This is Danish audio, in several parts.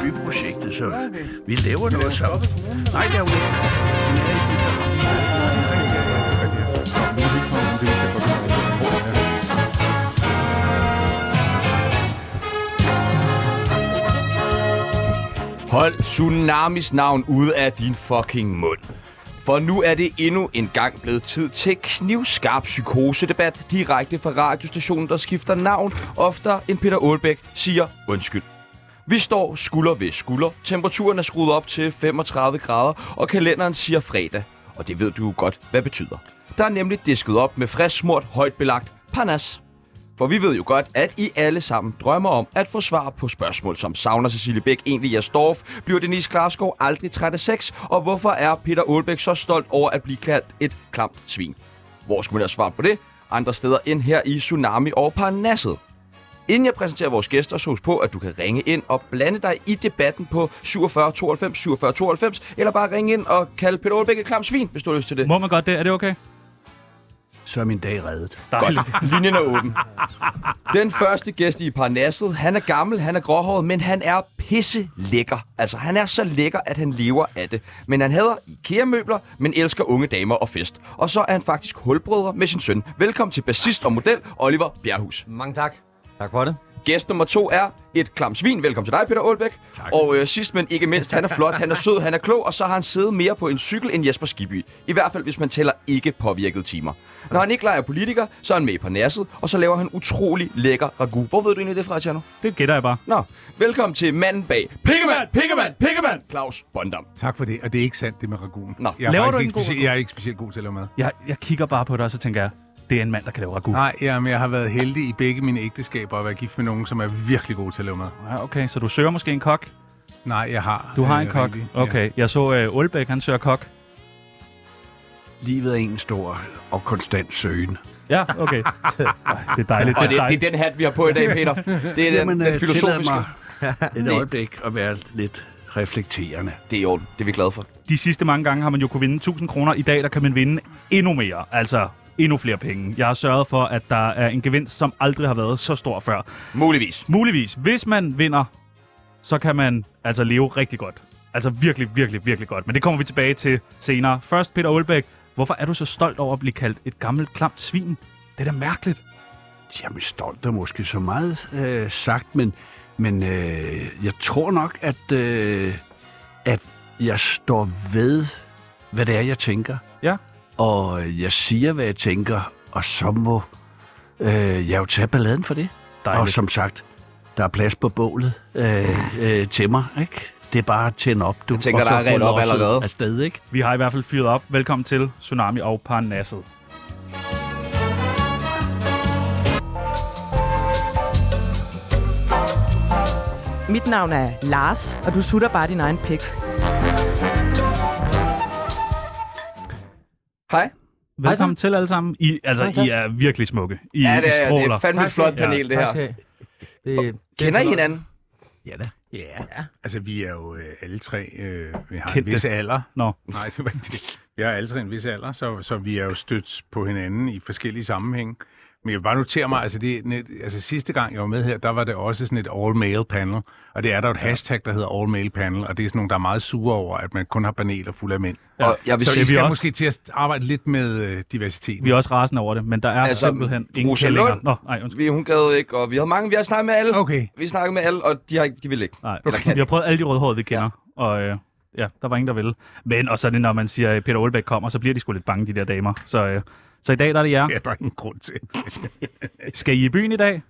projektet, så vi laver noget sammen. Nej, det er jo ikke. Hold Tsunamis navn ude af din fucking mund. For nu er det endnu en gang blevet tid til knivskarp psykosedebat direkte fra radiostationen, der skifter navn oftere end Peter Aalbæk siger undskyld. Vi står skulder ved skulder, temperaturen er skruet op til 35 grader, og kalenderen siger fredag. Og det ved du jo godt, hvad betyder. Der er nemlig disket op med frisk smurt, højt belagt parnas. For vi ved jo godt, at I alle sammen drømmer om at få svar på spørgsmål som savner Cecilie Bæk egentlig jeres Dorf, bliver Denise Klarskov aldrig træt af sex, og hvorfor er Peter Aalbæk så stolt over at blive kaldt et klamt svin? Hvor skulle man have svar på det? Andre steder end her i Tsunami og Parnasset. Inden jeg præsenterer vores gæster, så husk på, at du kan ringe ind og blande dig i debatten på 47 92 47 92, eller bare ringe ind og kalde Peter Aalbæk et klamt svin, hvis du har lyst til det. Må man godt det? Er det okay? Så er min dag reddet. Godt. Linjen er åben. Den første gæst i Parnasset, han er gammel, han er gråhåret, men han er pisse lækker. Altså, han er så lækker, at han lever af det. Men han hader IKEA-møbler, men elsker unge damer og fest. Og så er han faktisk hulbrødre med sin søn. Velkommen til bassist og model, Oliver Bjerrehus. Mange tak. Tak for det. Gæst nummer 2 er et klamt svin. Velkommen til dig, Peter Aalbæk. Tak. Og sidst, men ikke mindst, han er flot, han er sød, han er klog, og så har han siddet mere på en cykel end Jesper Skibby. I hvert fald, hvis man tæller ikke påvirkede timer. Når han ikke leger politiker, så er han med i Parnasset, og så laver han utrolig lækker ragu. Hvor ved du egentlig det fra, Tjerno? Det gætter jeg bare. Nå, velkommen til manden bag Pikkemand, Claus Bondam. Tak for det, og det er ikke sandt, det med raguen. Nå. Laver du en god ragu? Jeg er ikke specielt god til at lave mad. Jeg kigger bare på dig, og så tænker jeg, det er en mand, der kan lave ragu. Nej, men jeg har været heldig i begge mine ægteskaber at være gift med nogen, som er virkelig gode til at lave mad. Ja, okay, så du søger måske en kok? Nej, jeg har. Du har en kok? Okay, jeg så Aalbæk, han søger kok. Livet er en stor og konstant søgen. Ja, okay. Det er dejligt. Og det er den hat, vi har på i dag, Peter. Det er den filosofiske. Et øjeblik at være lidt reflekterende. Det er i orden, det er vi glade for. De sidste mange gange har man jo kunne vinde 1000 kroner. I dag der kan man vinde endnu mere, altså endnu flere penge. Jeg har sørget for, at der er en gevinst, som aldrig har været så stor før. Muligvis. Hvis man vinder, så kan man altså leve rigtig godt. Altså virkelig, virkelig, virkelig godt. Men det kommer vi tilbage til senere. Først, Peter Aalbæk. Hvorfor er du så stolt over at blive kaldt et gammelt, klamt svin? Det er da mærkeligt. Jamen, stolt er måske så meget sagt, men jeg tror nok, at jeg står ved, hvad det er, jeg tænker. Ja. Og jeg siger, hvad jeg tænker, og så må jeg jo tage balladen for det. Dejligt. Og som sagt, der er plads på bålet til mig, ikke? Det er bare at tænde op, du. Jeg tænker, der er ret op allerede. Afsted, ikke? Vi har i hvert fald fyret op. Velkommen til Tsunami og Parnasset. Mit navn er Lars, og du sutter bare din egen pik. Hej. Velkommen til alle sammen. I er virkelig smukke. I Ja, det er stråler. fandme et flot panel, det her. Kender I hinanden? Ja da. Ja. Altså, vi er jo alle tre, vi har Kendte. en vis alder. Nå. Nej, det var ikke det. Vi har alle tre en vis alder, så vi er jo stødt på hinanden i forskellige sammenhænge. Men jeg vil bare notere mig, altså sidste gang jeg var med her, der var det også sådan et all-male panel. Og det er der et hashtag, der hedder all-male panel, og det er sådan nogle, der er meget sure over, at man kun har paneler fulde af mænd. Ja. Og jeg vil Så sige, vi skal også- måske til at arbejde lidt med diversiteten. Vi er også rasende over det, men der er Altså, simpelthen ingen Rosa kællinger. Lund. Nå, nej, undskyld. hun gad ikke, og vi har snakket med alle. Okay. Vi snakkede med alle, og de vil ikke. Nej, Eller kan. vi har prøvet alle de rødhårede, vi kender, og ja, der var ingen, der ville. Men og så er det, når man siger, at Peter Aalbæk kommer, så bliver de sgu lidt bange, de der damer. Så i dag der er det jer. Ja, der er ingen grund til. Skal I byen i dag?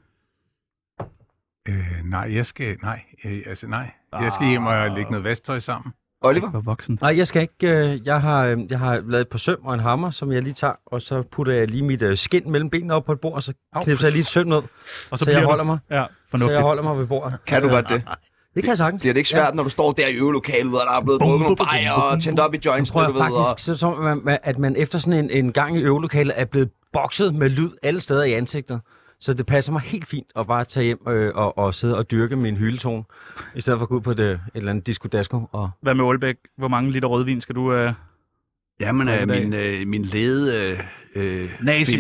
Nej. Jeg skal hjem og lægge noget vasktøj sammen. Oliver? For voksen. Nej, jeg skal ikke. Jeg har lavet et par søm og en hammer, som jeg lige tager, og så putter jeg lige mit skind mellem benene op på et bord, og så klipper jeg lige et søm ned, Og så jeg holder mig. Ja, Så fornuftigt. jeg holder mig ved bordet. Kan du godt det? Det kan jeg sagtens. Bliver det ikke svært, når du står der i øvelokalet, og der er blevet drukket nogle bajer og tændt op i joints, Prøv du ved, faktisk, så som at man efter sådan en gang i øvelokalet er blevet bokset med lyd alle steder i ansigtet. Så det passer mig helt fint at bare tage hjem og sidde og dyrke min hyletone, i stedet for at gå ud på et eller andet disco-dasko. Og... Hvad med Aalbæk? Hvor mange liter rødvin skal du... Jamen, min lede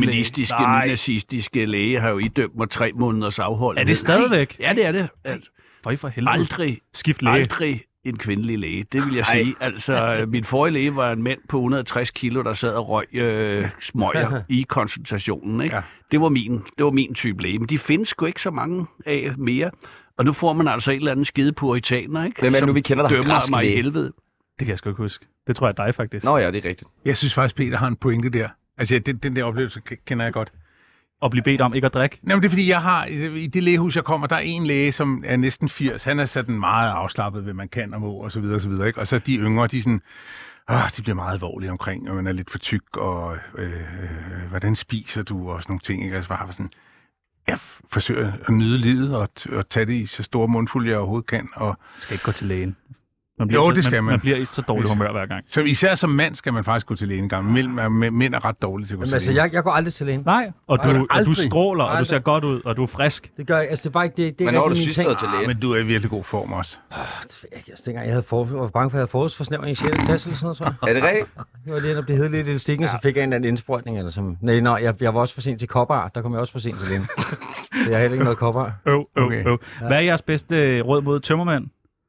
feministiske, nazistiske læge har jo idømt mig 3 måneders afhold. Er det stadigvæk? Ja, det er det. Altså, For helvede. Aldrig en kvindelig læge, det vil jeg sige. Altså, min forrige læge var en mand på 160 kilo, der sad og røg smøger i konsultationen. Ikke? Ja. Det var min type læge, men de findes sgu ikke så mange af mere. Og nu får man altså et eller andet skide puritaner, ikke? Hvem er det nu, vi kender, der dømmer mig i helvede. Det kan jeg sgu ikke huske. Det tror jeg er dig, faktisk. Nå ja, det er rigtigt. Jeg synes faktisk, Peter har en pointe der. Altså, den der oplevelse kender jeg godt. Og blive bedt om ikke at drikke? Jamen, det er fordi, jeg har i det lægehus, jeg kommer, der er en læge, som er næsten 80. Han er sådan meget afslappet, hvad man kan og må, og så videre, og så videre, ikke? Og så de yngre, de er sådan, de bliver meget alvorlige omkring, og man er lidt for tyk, og hvordan spiser du, og sådan nogle ting, ikke? Altså, bare sådan, jeg forsøger at nyde livet, og tage det i så store mundfulde, jeg overhovedet kan. Og skal ikke gå til lægen. Det skal man. Man bliver i så dårlig humør hver gang. Så især som mand skal man faktisk gå til lægen en gang. Mænd er ret dårlige til at gå til lægen. Altså, jeg går aldrig til lægen. Nej, og du stråler, og du ser godt ud, og du er frisk. Det gør jeg. Altså, det er bare ikke det. Men når du sidst til lægen? Men du er i virkelig god form også. Dengang jeg var bange for, at jeg havde forårsforsnævring i 6. klasse eller sådan noget, tror jeg. Er det rigtigt? Det var lige, at blive heddet lidt i elastikken, og så fik jeg en eller anden indsprøjtning. Eller som... Nej, jeg var også for sent til kopper. Der kom jeg også for sent til lægen. Så jeg har heller ikke noget kopper. Hvad er jeres bedste råd mod tømmermænd?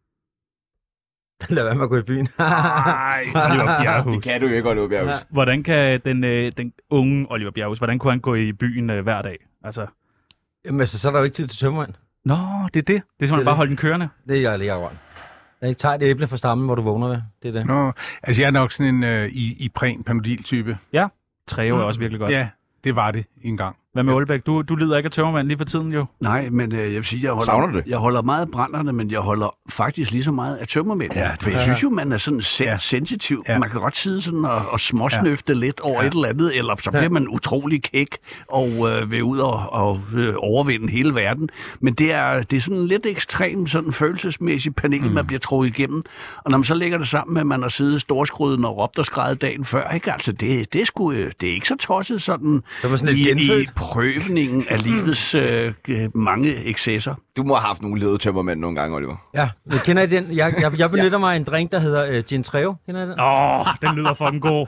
Lad være med at gå i byen. Nej, Oliver Bjerrehuus. Det kan du ikke, Oliver Bjerrehuus. Ja. Hvordan kan den unge Oliver Bjerrehuus, hvordan kunne han gå i byen hver dag? Altså... Jamen altså, så er der jo ikke tid til tømmermænd. Nå, det er det. Det er simpelthen bare holde den kørende. Det er jeg lige akkurat. Jeg tager et æble fra stammen, hvor du vågner ved. Det er det. Nå, altså jeg er nok sådan en Ipren-Panodil-type. Ja, Treo er også virkelig godt. Ja, det var det engang. Hvad med Aalbæk? Du lider ikke af tømmermand lige for tiden jo. Nej, men jeg vil sige, jeg holder meget af brænderne, men jeg holder faktisk lige så meget af tømmermænd. Ja, for jeg synes jo, man er sådan sensitiv. Ja. Man kan godt sidde sådan og småsnøfte lidt over et eller andet, eller så bliver man utrolig kæk og vil ud og overvinde hele verden. Men det er sådan lidt ekstrem sådan følelsesmæssig panik, man bliver troet igennem. Og når man så lægger det sammen med, at man har siddet storskruden og råbt og skreget dagen før, ikke? Altså, det er ikke så tosset sådan i prøvningen af livets mange excesser. Du må have haft nogle ledetømmermænd nogle gange, Oliver. Ja, jeg kender den. Jeg benytter mig af en drink, der hedder Gin Treo. Kender I den? Den lyder fucking god.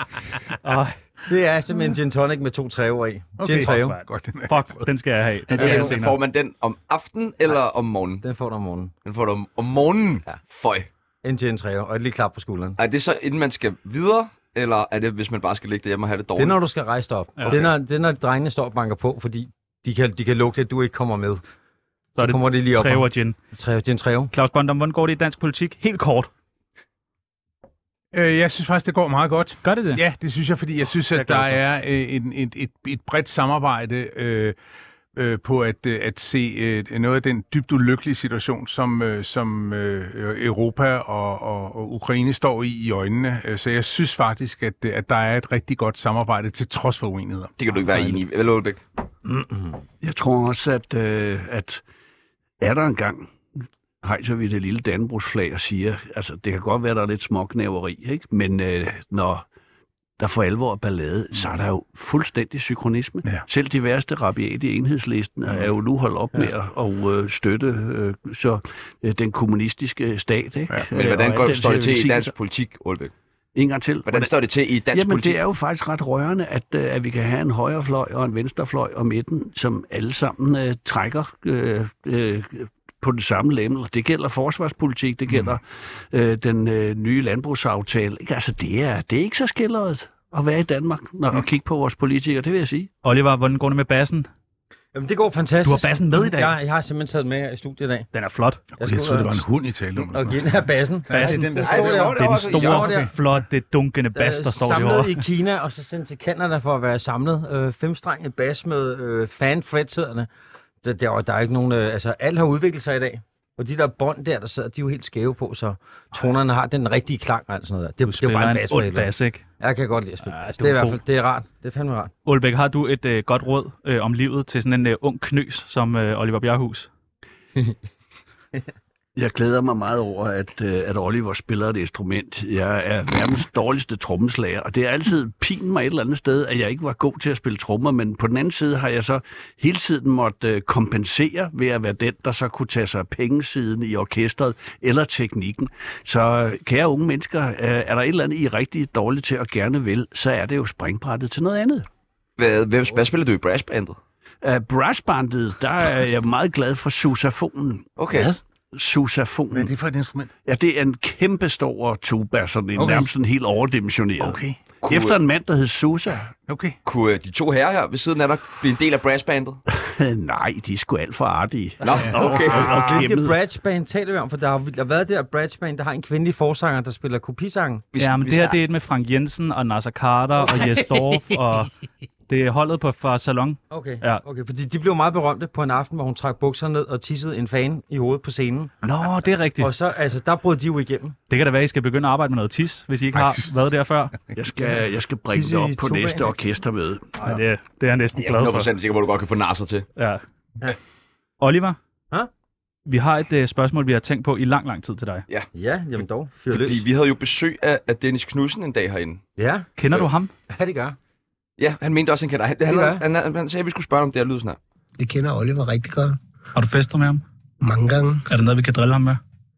Det er simpelthen gin tonic med 2 Treo'er i. Okay. Gin Treo. Fuck, den skal jeg have. Får man den om aftenen eller om morgenen? Den får du om morgenen. Den får du om morgenen? Ja. Føj. En gin Treo, og et lille klap på skulderen. Er det så, inden man skal videre? Eller er det, hvis man bare skal ligge derhjemme og have det dårligt? Det er, når du skal rejse op. Okay. Det er, når drengene står og banker på, fordi de kan lugte, at du ikke kommer med. Så kommer det lige op. Treo og gin. Gin Treo. Claus Bondum, hvordan går det i dansk politik? Helt kort. Jeg synes faktisk, det går meget godt. Gør det det? Ja, det synes jeg, fordi jeg synes, at der er et bredt samarbejde på at se noget af den dybt ulykkelige situation, som Europa og Ukraine står i øjnene. Så jeg synes faktisk, at der er et rigtig godt samarbejde til trods for uenigheder. Det kan du ikke være enig i, vel, Aalbæk? Jeg tror også, at er der engang hejser vi det lille Dannebrogsflag og siger, altså det kan godt være, der er lidt småknæveri, ikke? Men når der for alvor er ballade, så er der jo fuldstændig synkronisme. Ja. Selv de værste rabiate i enhedslisten er jo nu holdt op med at støtte den kommunistiske stat. Ikke? Ja. Men hvordan står det til i dansk politik, Aalbæk? En gang til. Hvordan står det til i dansk politik? Det er jo faktisk ret rørende, at vi kan have en højrefløj og en venstrefløj og midten, som alle sammen trækker på det samme lemmel. Det gælder forsvarspolitik, det gælder den nye landbrugsaftale. Altså, det er ikke så skilleret at være i Danmark, når vi kigger på vores politikere, det vil jeg sige. Oliver, hvordan går det med bassen? Jamen, det går fantastisk. Du har bassen med i dag? Jeg har simpelthen taget med i studiet i dag. Den er flot. Jeg troede, det var en hund i tale om. Og den her bassen. Bassen. Det er den store, flotte, dunkende bas, der står derovre. Samlet i Kina, og så sendt til Canada for at være samlet. 5-strenget bas med fan-fretsæderne. Der er ikke nogen... alt har udviklet sig i dag. Og de der bånd der sidder, de er jo helt skæve på, så tonerne har den rigtige klang og alt sådan noget der. Det er jo bare en bas. Du bas, ikke? Jeg kan godt lide at spille bas. Det er i hvert fald, det er rart. Det er fandme rart. Aalbæk, har du et godt råd om livet til sådan en ung knøs som Oliver Bjerrehuus? Jeg glæder mig meget over, at Oliver spiller et instrument. Jeg er verdens dårligste trommeslager, og det er altid pinen mig et eller andet sted, at jeg ikke var god til at spille trommer, men på den anden side har jeg så hele tiden måtte kompensere ved at være den, der så kunne tage sig af pengesiden i orkestret eller teknikken. Så kære unge mennesker, er der et eller andet, I er rigtig dårlige til at gerne vil, så er det jo springbrættet til noget andet. Hvad spiller du i brassbandet? Brassbandet, der er jeg meget glad for sousafonen. Okay. Sousafon. Hvad er det for et instrument? Ja, det er en kæmpe stor tuba, sådan en nærmest sådan helt overdimensioneret. Okay. Efter en mand, der hed Sousa. Okay. Kunne de to herrer her ved siden af dig blive en del af brassbandet? Nej, de er sgu alt for artige. Nå, okay. Hvilket bratsband taler vi om? For der har været det der bratsband, der har en kvindelig forsanger, der spiller kopisangen. Ja, men det her det er et med Frank Jensen og Nasser Carter og Jes Dorf og... Det er holdet fra Salon. Okay, ja. Okay, fordi de blev meget berømte på en aften, hvor hun trak bukserne ned og tissede en fan i hovedet på scenen. Nå, det er rigtigt. Og så, altså, der brød de jo igennem. Det kan da være, at I skal begynde at arbejde med noget tis, hvis I ikke har været der før. Jeg skal bringe det op på næste orkestermøde. Nej, det er jeg næsten glad for. Jeg er 100% sikker på, at du godt kan få Nasser til. Ja. Oliver? Hæ? Vi har et spørgsmål, vi har tænkt på i lang tid til dig. Ja, jamen dog. Fordi vi havde jo besøg af Dennis Knudsen en dag herinde. Ja. Kender du ham? Ja, det gør. Ja, han mente også, han kender. Han sagde, at vi skulle spørge om det her lyd sådan her. Det kender Oliver rigtig godt. Har du festet med ham? Mange gange. Er det noget, vi kan drille ham med?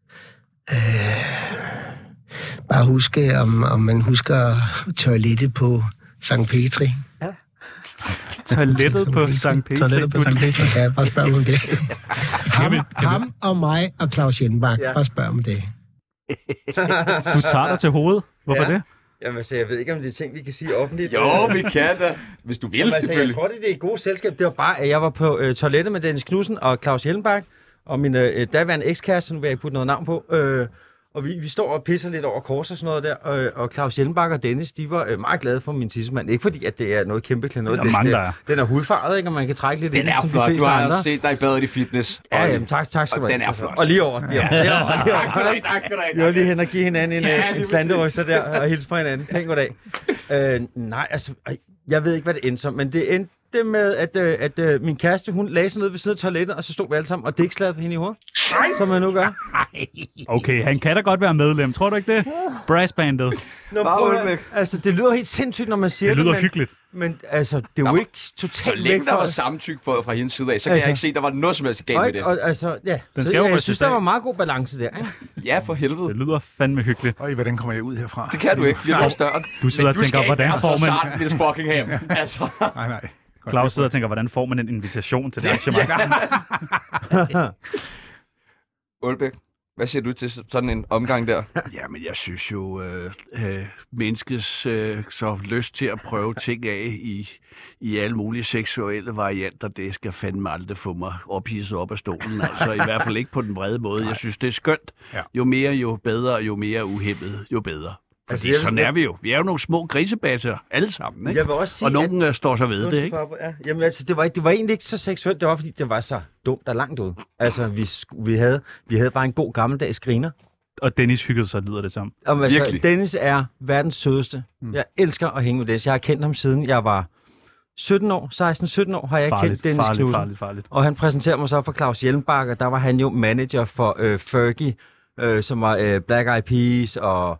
Bare huske, om man husker toilettet på St. Petri. Ja. Toilettet på St. Petri? Toilettet på St. Petri. Ja, bare spørg om det. ham og mig og Claus Jenbach. Ja. Bare spørg om det. Du tager dig til hovedet. Hvorfor det? Jamen altså, jeg ved ikke, om det er ting, vi kan sige offentligt. Jo, vi kan da. Hvis du vil, altså, selvfølgelig. Jeg tror, det er et godt selskab. Det var bare, at jeg var på toilettet med Dennis Knudsen og Claus Hjellenbach, og min daværende ekskæreste, som vil jeg putte noget navn på. Og vi står og pisser lidt over kors og sådan noget der, og Claus Hjellenbach og Dennis, de var meget glade for min tissemand. Ikke fordi, at det er noget kæmpe klæde noget. Den er hudfarvet, ikke? Og man kan trække lidt ind, som de fleste andre. Du har også set dig i badet i fitness. Ja, jamen, tak skal du have. Den er flot. Og lige over. Tak skal du have. Jeg vil lige hen og give hinanden en slanderyster der, og hilse på hinanden. Pæn goddag. Nej, altså, jeg ved ikke, hvad det endte som, men det endte med, at min kæreste, hun lagde sig ned ved siden af toilettet, og så stod vi alle sammen og dækslagde på hende i hovedet. Som man nu gør. Okay, han kan da godt være medlem. Tror du ikke det? Brassbandet. Altså, det lyder helt sindssygt, når man siger det. Det lyder hyggeligt. Men altså, det er jo ikke totalt væk fra... der var samtykke fra hendes side af, så kan jeg ikke se, at der var noget som helst galt med det. Altså, ja. Jeg synes, der var meget god balance der, ikke? Ja, for helvede. Det lyder fandme hyggeligt. Og hvordan kommer jeg ud herfra? Det kan du ikke. Jeg er større. Du sidder og tænker, hvordan får man... Niels Buckingham. Altså. Nej. Claus sidder og tænker, hvordan får man en invitation til det arrangement? Aalbæk, hvad siger du til sådan en omgang der? Jamen, jeg synes jo, menneskets så lyst til at prøve ting af i alle mulige seksuelle varianter, det skal fandme aldrig få mig ophidset op af stolen. Altså, i hvert fald ikke på den brede måde. Jeg synes, det er skønt. Jo mere, jo bedre, jo mere uhæmmet, jo bedre. Fordi altså, sådan er vi jo. Vi er jo nogle små grisebasser, alle sammen, ikke? Jeg vil også sige, og nogen står så ved det, ikke? Ja. Jamen altså, det var egentlig ikke så seksuelt, det var fordi, det var så dumt og langt ud. Altså, vi havde bare en god gammeldags griner. Og Dennis hyggede sig, lyder det som. Altså, Dennis er verdens sødeste. Jeg elsker at hænge med Dennis. Jeg har kendt ham siden jeg var 17 år, 16-17 år har jeg kendt Dennis Knudsen. Farligt. Og han præsenterede mig så for Claus Hjellenbach, og der var han jo manager for Fergie, som var Black Eyed Peas og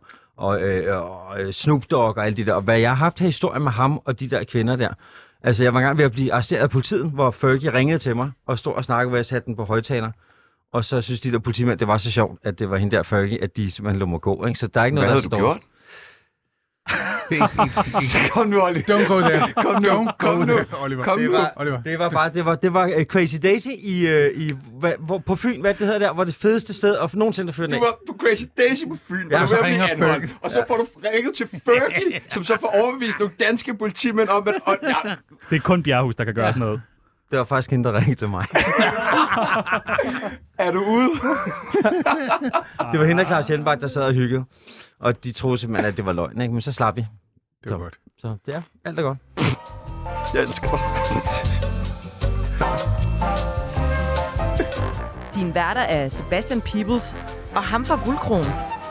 Snoop Dogg og alt det der. Og hvad jeg har haft her historie med ham og de der kvinder der. Altså, jeg var engang ved at blive arresteret af politiet, hvor Fergie ringede til mig og stod og snakkede, hvor jeg satte den på højtaler. Og så synes de der politimænd, det var så sjovt, at det var hende der Fergie, at de simpelthen lå mig gå. Ikke? Så der er ikke noget, hvad der står. Hvad havde du gjort? Kom nu, Oliver. Don't go there. Kom nu, Oliver. Det var Crazy Daisy på Fyn, hvad det hedder der, var det fedeste sted at nogensinde føre den af. Du var på Crazy Daisy på Fyn, ja, og så ringer Fergie. Og så får du ringet til Fergie, som så får overbevist nogle danske politimænd om, at... Det er kun Bjerghus, der kan gøre sådan noget. Det var faktisk hende, der ringede til mig. Er du ude? Det var hende og Claus Hjellenbach, der sad og hyggede. Og de troede simpelthen, at det var løgn, ikke? Men så slap vi. Det var godt. Så det er alt er godt. Jeg elsker dig. Din værter er Sebastian Peebles og ham fra Guldkronen.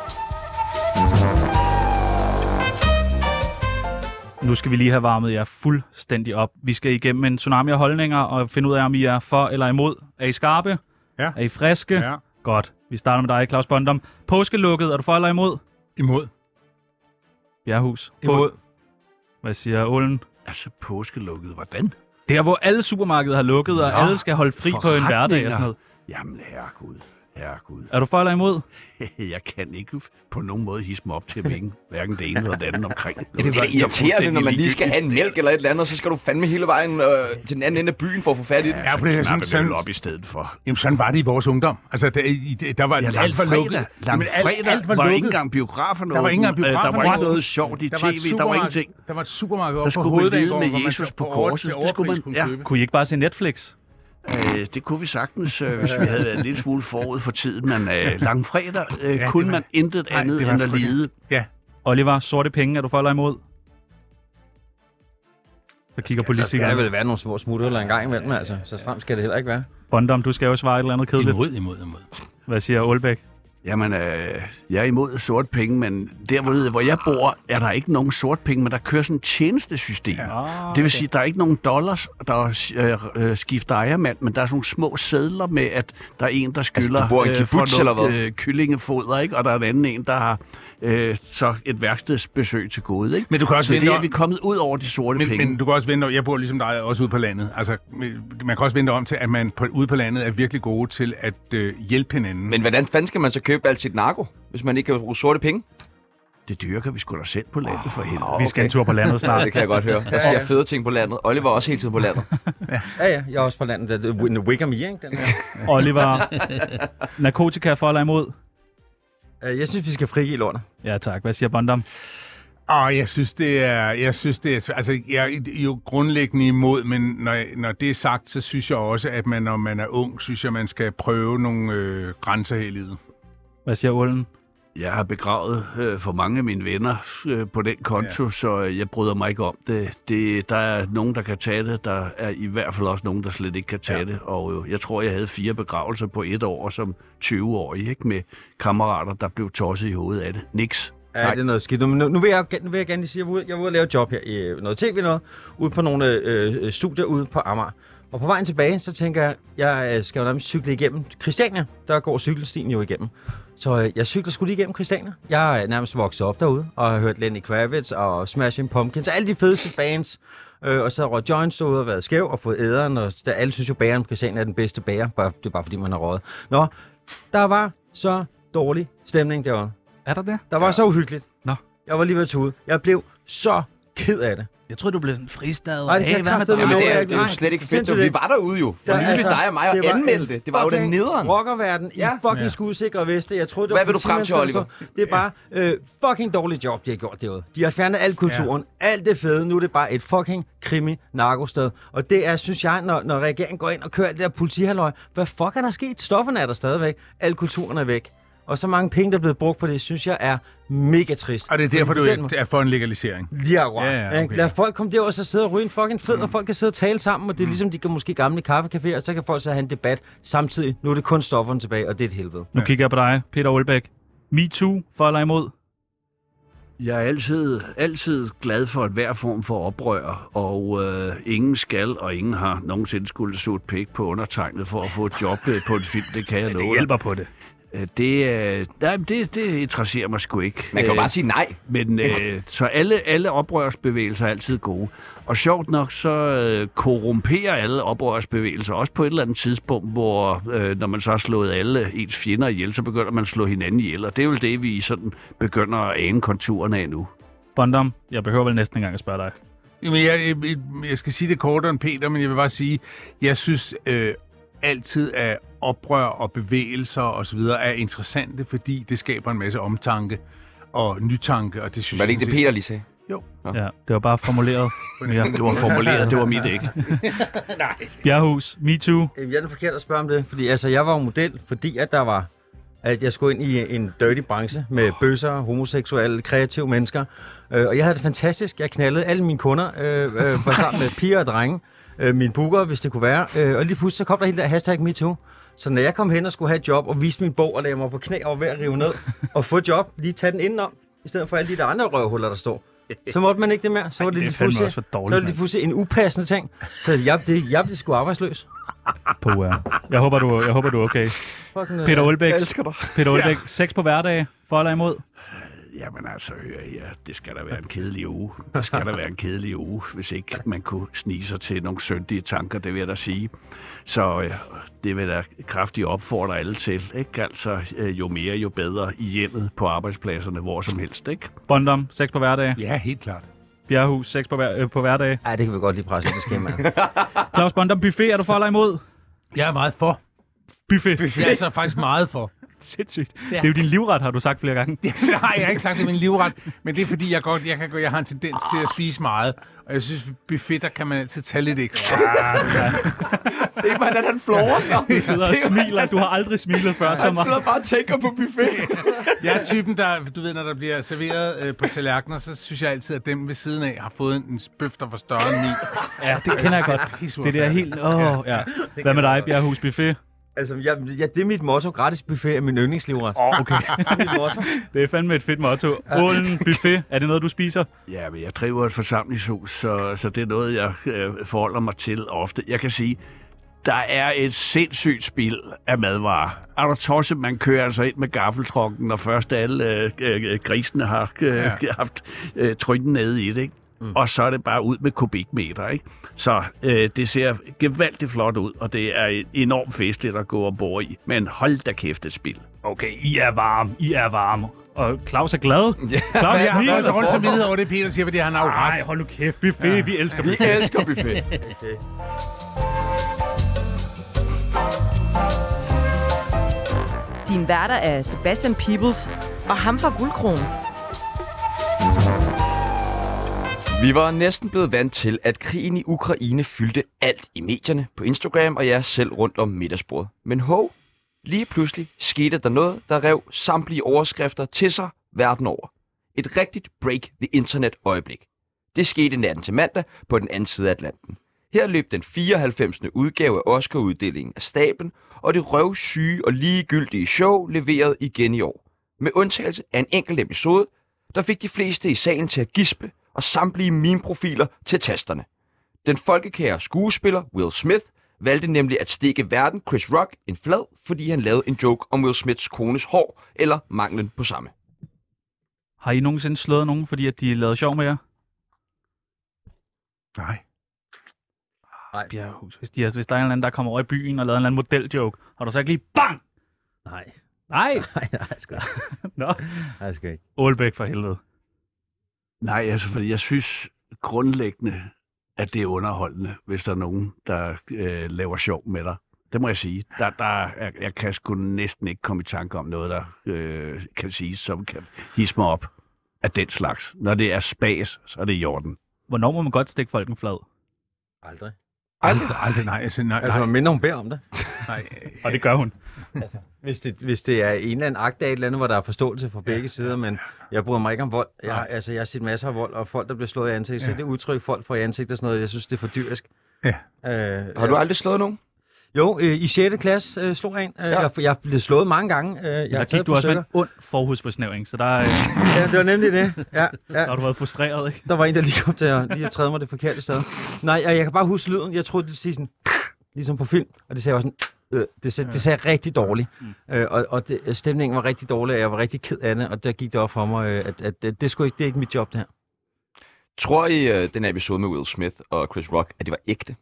Nu skal vi lige have varmet jer fuldstændig op. Vi skal igennem en tsunami af holdninger og finde ud af, om I er for eller imod. Er I skarpe? Ja. Er I friske? Ja. Godt. Vi starter med dig, Claus Bondum. Påskelukket, er du for eller imod? Imod. Bjerghus? Imod. Hvad siger Ålen? Altså, påskelukket, hvordan? Der, hvor alle supermarkeder har lukket, og alle skal holde fri på en hverdag og sådan noget. Jamen, herregud. Herregud. Er du for eller imod? Jeg kan ikke på nogen måde hisse mig op til hverken det ene eller det andet omkring. Det er irriterende, når man lige skal have en mælk eller et eller andet, og så skal du fandme hele vejen til den anden ende af byen for at få fat i den. Ja, det er sådan op i stedet for. Jamen, sådan var det i vores ungdom. Altså, der var alt for lukket. Langfredag var ikke engang biografer noget. Der var ikke engang biografer. Der var ikke noget sjovt i tv. Der var ingenting. Der var et supermarked oppe på Hovedbanegården, med Jesus på korset. Det skulle man. Ja. Kunne I ikke bare se Netflix? Det kunne vi sagtens, hvis vi havde været en lille smule forud for tiden, men langfredag kunne man intet andet end at lide. Ja. Oliver, sorte penge, er du for eller imod? Så kigger politikeren. Der skal vel være nogle små smuthuller en gang imellem, altså. Så stramt skal det heller ikke være. Bondom, du skal jo svare et eller andet kedeligt. Imod. Hvad siger Aalbæk? Jamen, jeg er imod sort penge, men der, hvor jeg bor, er der ikke nogen sort penge, men der kører sådan et tjenestesystem. Ja. Det vil sige, at der er ikke nogen dollars, der skifter ejermand, men der er sådan nogle små sedler med, at der er en, der skylder altså, du bor i kibbutz, for noget kyllingefoder, ikke? Og der er en anden en, der har så et værkstedsbesøg til gode, ikke? Men du kan også så det er vi kommet ud over de sorte penge. Men du kan også vente, jeg bor ligesom dig også ude på landet. Altså, man kan også vente om til, at man ude på landet er virkelig gode til at hjælpe hinanden. Men hvordan fanden skal man så købe alt sit narko, hvis man ikke kan bruge sorte penge? Det dyrker vi sgu da selv på landet for helvede. Vi skal en tur på landet snart. Det kan jeg godt høre. Der sker fede ting på landet. Oliver er også hele tiden på landet. Ja, jeg er også på landet. The Wickham, ikke? Den her. Oliver, narkotika for eller imod? Jeg synes, vi skal frigive lånet. Ja, tak. Hvad siger Bondam? Jeg synes, det er... Altså, jeg er jo grundlæggende imod, men når det er sagt, så synes jeg også, at man, når man er ung, synes jeg, man skal prøve nogle grænser her i livet. Hvad siger Olden? Jeg har begravet for mange af mine venner på den konto, så jeg bryder mig ikke om det. Der er nogen, der kan tage det. Der er i hvert fald også nogen, der slet ikke kan tage det. Og jeg tror, jeg havde 4 begravelser på 1 år som 20-årig, ikke? Med kammerater, der blev tosset i hovedet af det. Niks. Ja, det er noget skidt. Nu vil jeg gerne lige sige, at jeg var ude og lave et job her i noget tv, ude på nogle studier ude på Amager. Og på vejen tilbage, så tænker jeg skal jo nærmest cykle igennem Christiania. Der går cykelstien jo igennem. Så jeg cykler sgu lige igennem Christiania. Jeg er nærmest vokset op derude, og har hørt Lenny Kravitz og Smashing Pumpkins. Alle de fedeste bands. Og så har røget joints derude og været skæv og fået æderen. Og alle synes jo, bageren på Christiania er den bedste bager. Det er bare fordi, man har røget. Nå, der var så dårlig stemning derude. Er der det? Der var så uhyggeligt. Nå. Jeg var lige ved at tude. Jeg blev så ked af det. Jeg troede, du blev sådan fristad. Nej, det kan jeg kraftedeme love. Det er jo slet ikke fedt. Vi var derude jo. For nylig dig og mig og anmeldte det. Det var jo den nederen. Rockerverden i fucking skudsikre veste. Jeg troede, det var... Hvad vil du frem til, Oliver? Det er bare fucking dårligt job, de har gjort derude. De har fjernet al kulturen. Alt det fede. Nu er det bare et fucking krimi-narkosted. Og det er, synes jeg, når regeringen går ind og kører det der politihalløj. Hvad fuck er der sket? Stofferne er der stadigvæk. Al kulturen er væk. Og så mange penge, der er blevet brugt på det, synes jeg er mega trist. Og det er derfor, du er for en legalisering? Lige akkurat. Ja, okay. Lad folk komme derover og så sidde og ryge en fucking fed, og folk kan sidde og tale sammen, og det er ligesom de måske gamle kaffecaféer, og så kan folk så have en debat samtidig. Nu er det kun stofferne tilbage, og det er et helvede. Nu kigger jeg på dig, Peter Aalbæk. MeToo, for eller imod? Jeg er altid glad for et hver form for oprør, og ingen skal, og ingen har nogensinde skulle sutte pæk på undertegnet for at få et job på en film. Det kan jeg love. Det hjælper på det. Det interesserer mig sgu ikke. Man kan jo bare sige nej. Men så alle oprørsbevægelser er altid gode. Og sjovt nok, så korrumperer alle oprørsbevægelser også på et eller andet tidspunkt, hvor når man så har slået alle ens fjender ihjel, så begynder man at slå hinanden ihjel. Og det er jo det, vi sådan begynder at ane konturerne af nu. Bondam, jeg behøver vel næsten engang at spørge dig. Jamen, jeg skal sige det kortere end Peter, men jeg vil bare sige, jeg synes altid, at oprør og bevægelser osv. er interessante, fordi det skaber en masse omtanke og nytanke. Og det synes var det ikke det, Peter lige sagde? Jo. Ja, det var bare formuleret. Ja, det var formuleret, det var mit ikke. Nej. Bjerghus, MeToo. Jeg er den forkert at spørge om det, fordi altså, jeg var jo model, fordi at jeg skulle ind i en dirty branche med bøsser, homoseksuelle, kreative mennesker. Og jeg havde det fantastisk. Jeg knaldede alle mine kunder, var sammen med piger og drenge. Mine booker, hvis det kunne være. Og lige pludselig så kom der hele der hashtag MeToo. Så når jeg kom hen og skulle have et job og vise min bog og lagde mig på knæ og ved at rive ned og få et job, lige tage den indenom, i stedet for alle de der andre røvhuller, der står. Så måtte man ikke det mere. Så var det lige pludselig en upassende ting. Så jeg blev sgu arbejdsløs. Jeg håber, du er okay. Peter Aalbæk. Peter Aalbæk, sex på hverdag. For eller imod? Jamen altså, det skal da være en kedelig uge. Det skal da være en kedelig uge, hvis ikke man kunne snige sig til nogle syndige tanker, det vil jeg da sige. Så det vil da kraftigt opfordre alle til. Ikke? Altså, jo mere, jo bedre i hjemmet, på arbejdspladserne, hvor som helst. Ikke? Bondom, sex på hverdag. Ja, helt klart. Bjerghus, sex på hverdag. Ja, det kan vi godt lige presse, det skema. Claus Bondom, buffet, er du for eller imod? Jeg er meget for. Buffet. Jeg er så faktisk meget for. Sindssygt. Ja. Det er jo din livret, har du sagt flere gange. Nej, jeg har ikke sagt, det er min livret. Men det er fordi, jeg har en tendens til at spise meget. Og jeg synes, buffet, der kan man altid tage lidt ekstra. Se mig, hvordan han flår sig. Du sidder og smiler. Du har aldrig smilet før. Han sidder bare og tænker på buffet. Jeg er typen, der, du ved, når der bliver serveret på tallerkener, så synes jeg altid, at dem ved siden af har fået en bøf, der var større end min. Ja, det kender jeg godt. Det er helt... ja. Hvad med dig, Bjerghus Buffet? Altså, det er mit motto. Gratis buffet er min yndlingslivret. Okay. Mit motto. Det er fandme et fedt motto. Ålen Buffet, er det noget, du spiser? Ja, men jeg driver et forsamlingshus, så det er noget, jeg forholder mig til ofte. Jeg kan sige, der er et sindssygt spild af madvarer. Er der tosset, man kører altså ind med gaffeltrucken, når først alle grisene har haft trykken nede i det, ikke? Og så er det bare ud med kubikmeter, ikke? Så det ser gevaldigt flot ud, og det er enormt festligt at gå ombord i. Men hold da kæft et spil. Okay, I er varme. Og Claus er glad. Claus smiler. Jeg har rundt som videre over det, Peter siger, fordi han har jo ret. Nej, hold nu kæft. Buffet, ja. Vi elsker buffet. Vi elsker buffet. Din værter er Sebastian Peebles og ham fra Guldkronen. Vi var næsten blevet vant til, at krigen i Ukraine fyldte alt i medierne, på Instagram og jeg selv rundt om middagsbordet. Men lige pludselig skete der noget, der rev samtlige overskrifter til sig verden over. Et rigtigt break the internet øjeblik. Det skete natten til mandag på den anden side af Atlanten. Her løb den 94. udgave af Oscar-uddelingen af stablen, og det røvsyge og ligegyldige show leveret igen i år. Med undtagelse af en enkelt episode, der fik de fleste i salen til at gispe og samtlige meme-profiler til tasterne. Den folkekære skuespiller Will Smith valgte nemlig at stikke verden Chris Rock en flad, fordi han lavede en joke om Will Smiths kones hår eller manglen på samme. Har I nogensinde slået nogen, fordi at de lavede sjov med jer? Nej. Bjerghus. Hvis der er en eller anden, der kommer over i byen og laver en eller anden modeljoke, har du så ikke lige BANG! Nej. Nej, sgu ikke. Nå. Nej, sgu ikke. Aalbæk for helvede. Nej, altså, fordi jeg synes grundlæggende, at det er underholdende, hvis der er nogen, der laver sjov med dig. Det må jeg sige. Jeg kan sgu næsten ikke komme i tanke om noget, der kan sige, som kan hisse mig op af den slags. Når det er spas, så er det i orden. Hvornår må man godt stikke folk en flad? Aldrig. Aldrig, nej. Altså, man minder hun beder om det. Nej. Og det gør hun. Altså, hvis det er en eller anden akt af et eller andet, hvor der er forståelse fra begge sider, men jeg bryder mig ikke om vold. Jeg har set masser af vold, og folk, der bliver slået i ansigtet. Så det udtryk, folk får i ansigtet og sådan noget, jeg synes, det er for dyrisk. Ja. Har du aldrig slået nogen? Jo, i 6. klasse slog jeg en. Jeg er blevet slået mange gange. Der gik du også med en ond forhudsforsnævring, så der... Ja, det var nemlig det. Ja. Der har du været frustreret, ikke? Der var en, der lige kom til at træde mig det forkerte sted. Nej, jeg kan bare huske lyden. Jeg troede, det ville sige sådan... Ligesom på film. Og det sagde også sådan... Det sagde rigtig dårligt. Og stemningen var rigtig dårlig, og jeg var rigtig ked af det. Og der gik det op for mig, at det er ikke mit job, det her. Tror I, den episode med Will Smith og Chris Rock, at det var ægte?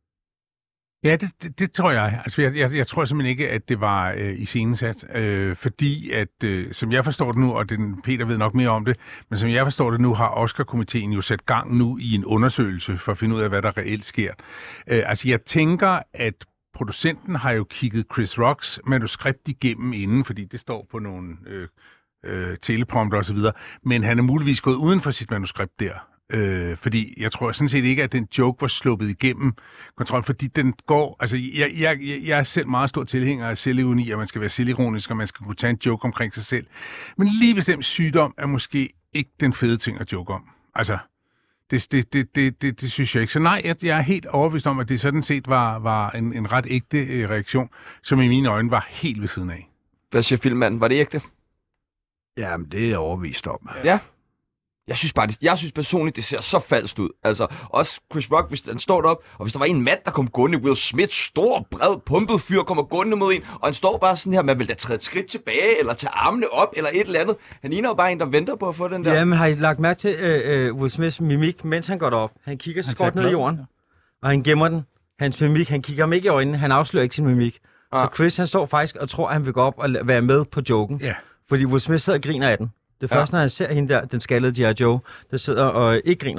Ja, det tror jeg. Altså, jeg tror simpelthen ikke, at det var iscenesat, fordi at, som jeg forstår det nu, og Peter ved nok mere om det, men som jeg forstår det nu, har Oscar-komiteen jo sat gang nu i en undersøgelse for at finde ud af, hvad der reelt sker. Altså, jeg tænker, at producenten har jo kigget Chris Rocks manuskript igennem inden, fordi det står på nogle teleprompter osv., men han er muligvis gået uden for sit manuskript der. Fordi jeg tror sådan set ikke, at den joke var sluppet igennem kontrol, fordi den går... Altså, jeg er selv meget stor tilhænger af selvironi, at man skal være selvironisk, og man skal kunne tage en joke omkring sig selv. Men lige bestemt sygdom er måske ikke den fede ting at joke om. Altså, det synes jeg ikke. Så nej, jeg er helt overbevist om, at det sådan set var en ret ægte reaktion, som i mine øjne var helt ved siden af. Hvad siger filmmanden? Var det ægte? Jamen, det er jeg overbevist om. Ja. Jeg synes personligt, det ser så falsk ud. Altså, også Chris Rock, hvis han står deroppe, og hvis der var en mand, der kom gående, Will Smith, stor, bred, pumpet fyr, kommer gående mod en, og han står bare sådan her, man vil da træde et skridt tilbage, eller tage armene op, eller et eller andet. Han ligner jo bare en, der venter på at få den der. Ja, men har I lagt mærke til Will Smiths mimik, mens han går derop? Han kigger skråt ned i jorden, og han gemmer den. Hans mimik, han kigger ham ikke i øjnene, han afslører ikke sin mimik. Så Chris, han står faktisk og tror, at han vil gå op og være med på joken. Ja. Fordi Will Smith sidder og griner af den. Det første, når han ser hende der, den skaldede G.I. Joe, der sidder og ikke griner.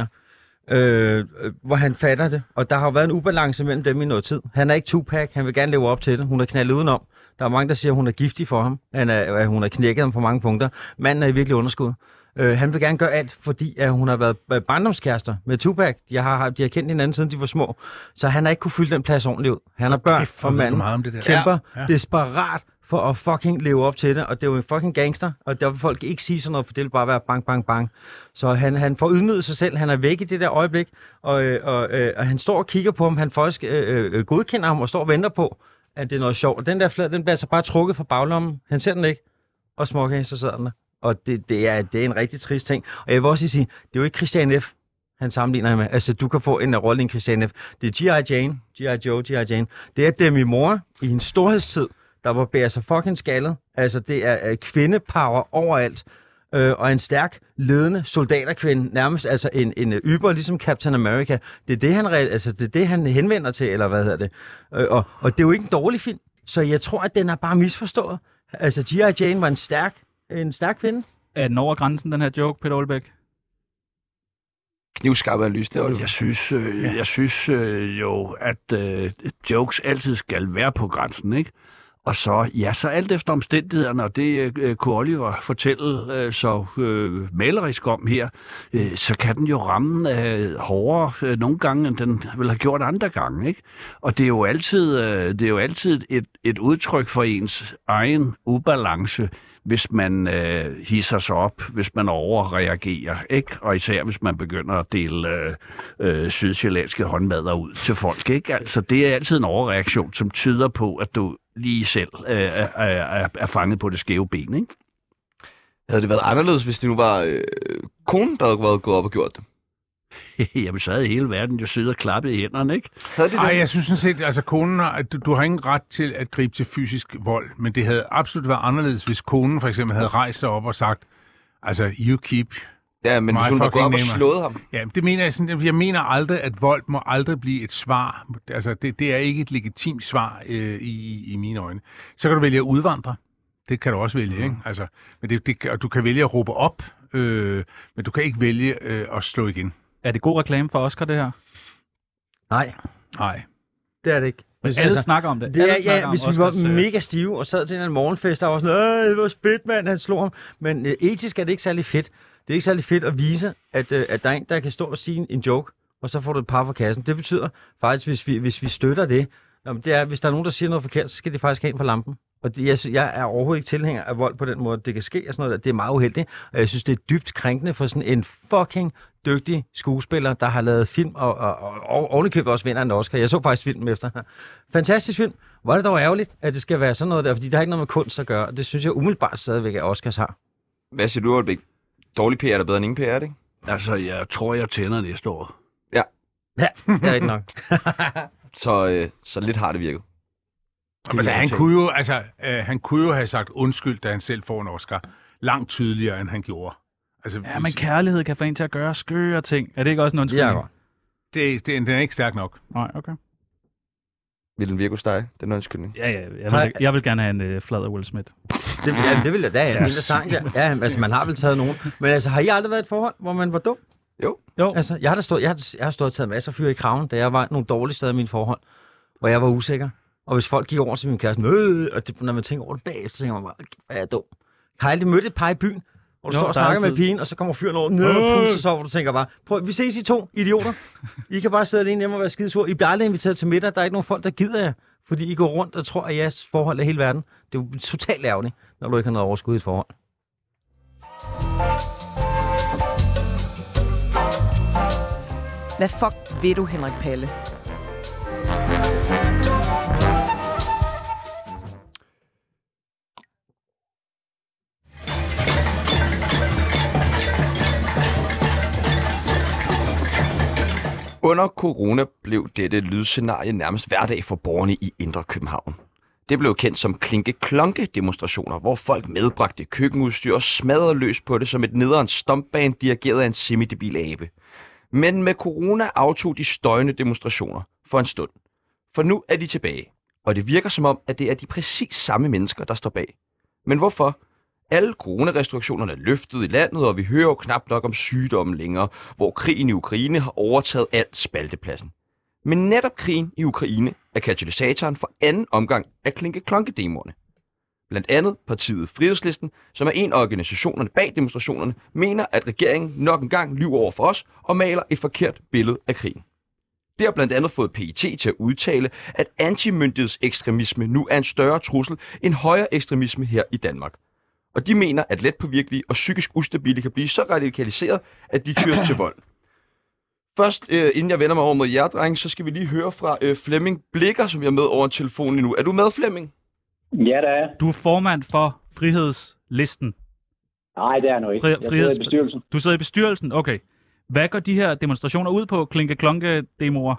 Hvor han fatter det. Og der har jo været en ubalance mellem dem i noget tid. Han er ikke Tupac, han vil gerne leve op til det. Hun er knaldet udenom. Der er mange, der siger, at hun er giftig for ham. Hun er knækket ham på mange punkter. Manden er i virkelig underskud. Han vil gerne gøre alt, fordi at hun har været barndomskærester med Tupac. De har kendt hinanden, siden de var små. Så han har ikke kunne fylde den plads ordentligt ud. Han har børn, og manden kæmper desperat for at fucking leve op til det. Og det er jo en fucking gangster, og der vil folk ikke sige sådan noget, for det vil bare være bang, bang, bang. Så han får ydmyget sig selv. Han er væk i det der øjeblik, og han står og kigger på ham. Han faktisk godkender ham og står og venter på, at det er noget sjovt. Og den der flade, den bliver altså bare trukket fra baglommen. Han ser den ikke, og småkage, så sidder den der. Og det er en rigtig trist ting. Og jeg vil også sige, det er jo ikke Christian F., han sammenligner med. Altså, du kan få en rolle i en Christian F. Det er G.I. Jane. Det er Demi Moore i hendes storhedstid, der var bærer sig fucking skaldet. Altså, det er kvindepower overalt. Og en stærk, ledende soldaterkvinde, nærmest altså en yber, ligesom Captain America. Det er det, han henvender til, eller hvad hedder det. Og det er jo ikke en dårlig film, så jeg tror, at den er bare misforstået. Altså, G.I. Jane var en stærk kvinde. Er den over grænsen, den her joke, Peter Aalbæk? Knivskarp analyse, det var det. Jeg synes jo, at jokes altid skal være på grænsen, ikke? Og så alt efter omstændighederne, og det kunne Oliver fortælle så malerisk om her, så kan den jo ramme hårdere nogle gange, end den vil have gjort andre gange, ikke? Og det er jo altid et udtryk for ens egen ubalance, hvis man hisser sig op, hvis man overreagerer, ikke? Og især hvis man begynder at dele sydsjællandske håndmadder ud til folk, ikke? Altså, det er altid en overreaktion, som tyder på, at du lige selv er fanget på det skæve ben, ikke? Havde det været anderledes, hvis det nu var konen, der havde været gået op og gjort det? Jamen, så havde hele verden jo siddet og klappet i hænderne, ikke? Jeg synes sådan set, altså konen, du har ingen ret til at gribe til fysisk vold, men det havde absolut været anderledes, hvis konen for eksempel havde rejst sig op og sagt, altså, you keep... Ja, men hvis hun var gået op og slået ham. Ja, det mener jeg sådan, jeg mener aldrig, at vold må aldrig blive et svar. Altså, det er ikke et legitimt svar i mine øjne. Så kan du vælge at udvandre. Det kan du også vælge, ikke? Altså, men du kan vælge at råbe op, men du kan ikke vælge at slå igen. Er det god reklame for Oscar, det her? Nej. Det er det ikke. Alle snakker om det. Hvis vi var mega stive og sad til en morgenfest, der var sådan, det var fedt, mand, han slog ham. Men etisk er det ikke særlig fedt. Det er ikke særlig fedt at vise, at der er en, der kan stå og sige en joke, og så får du et par fra kassen. Det betyder faktisk, hvis vi støtter det, det er, hvis der er nogen, der siger noget forkert, så skal de faktisk have ind på lampen. Og jeg er overhovedet ikke tilhænger af vold på den måde. Det kan ske og sådan noget. Det er meget uheldigt. Og jeg synes, det er dybt krænkende for sådan en fucking dygtig skuespiller, der har lavet film og ovenikøbet også vinder en Oscar. Jeg så faktisk filmen efter. Fantastisk film. Hvor er det dog ærgerligt, at det skal være sådan noget der, fordi der har ikke noget med kunst at gøre. Og det synes jeg umiddelbart stadigvæk, at Oscars har. Hvad siger du, Aalbæk? Dårlig PR er der bedre end ingen PR, er det ikke? Altså, jeg tror, jeg tænder næste år. Ja. Ja, det er ikke nok. Så lidt har det virket. Altså, han kunne jo have sagt undskyld, da han selv får en Oscar. Langt tydeligere, end han gjorde. Altså, ja, men kærlighed kan få en til at gøre skøre ting. Er det ikke også en undskyldning? Ja, den er ikke stærk nok. Nej, okay. Vil den virke hos dig, den undskyldning? Ja. Jeg vil gerne have en flad Will Smith. Det vil jeg da. Ja, sang, ja. Altså, man har vel taget nogen. Men altså, har I aldrig været i et forhold, hvor man var dum? Jo. Altså, jeg har stået og taget masser af fyre i kraven, da jeg var nogle dårlige steder i mine forhold, hvor jeg var usikker. Og hvis folk gik over til min kæreste, og det, når man tænker over det bagefter, så tænker man bare, hvad er jeg dum? Har jeg aldrig mødt et par i byen, hvor du står og snakker med pigen, og så kommer fyren over, og puster så, hvor du tænker bare, prøv, vi ses I 2 idioter. I kan bare sidde alene hjemme og være skidesur. I bliver aldrig inviteret til middag, der er ikke nogen folk, der gider jer, fordi I går rundt og tror, at jeres forhold er hele verden. Det er jo totalt ærgerligt, når du ikke har noget overskud i et forhold. Hvad fuck ved du, Henrik Palle? Under corona blev dette lydscenarie nærmest hverdag for borgerne i Indre København. Det blev kendt som klinke-klonke-demonstrationer, hvor folk medbragte køkkenudstyr og smadrede løs på det som et nederen stompband dirigeret af en semidebil abe. Men med corona aftog de støjende demonstrationer for en stund. For nu er de tilbage. Og det virker som om, at det er de præcis samme mennesker, der står bag. Men hvorfor? Alle coronarestriktionerne er løftet i landet, og vi hører jo knap nok om sygdommen længere, hvor krigen i Ukraine har overtaget alt spaltepladsen. Men netop krigen i Ukraine er katalysatoren for anden omgang af klinke-klonke-demoerne. Blandt andet partiet Frihedslisten, som er en af organisationerne bag demonstrationerne, mener, at regeringen nok engang lyver over for os og maler et forkert billede af krigen. Det har blandt andet fået PET til at udtale, at antimyndighedsekstremisme nu er en større trussel end højere ekstremisme her i Danmark. Og de mener, at letpåvirkelige og psykisk ustabile kan blive så radikaliseret, at de tyrer til vold. Først, inden jeg vender mig over mod jer, drenge, så skal vi lige høre fra Flemming Blikker, som vi er med over telefonen nu. Er du med, Flemming? Ja, det er. Du er formand for Frihedslisten. Nej, det er nu ikke. Jeg sidder i bestyrelsen. Du sidder i bestyrelsen? Okay. Hvad går de her demonstrationer ud på, klinke-klonke-demoer?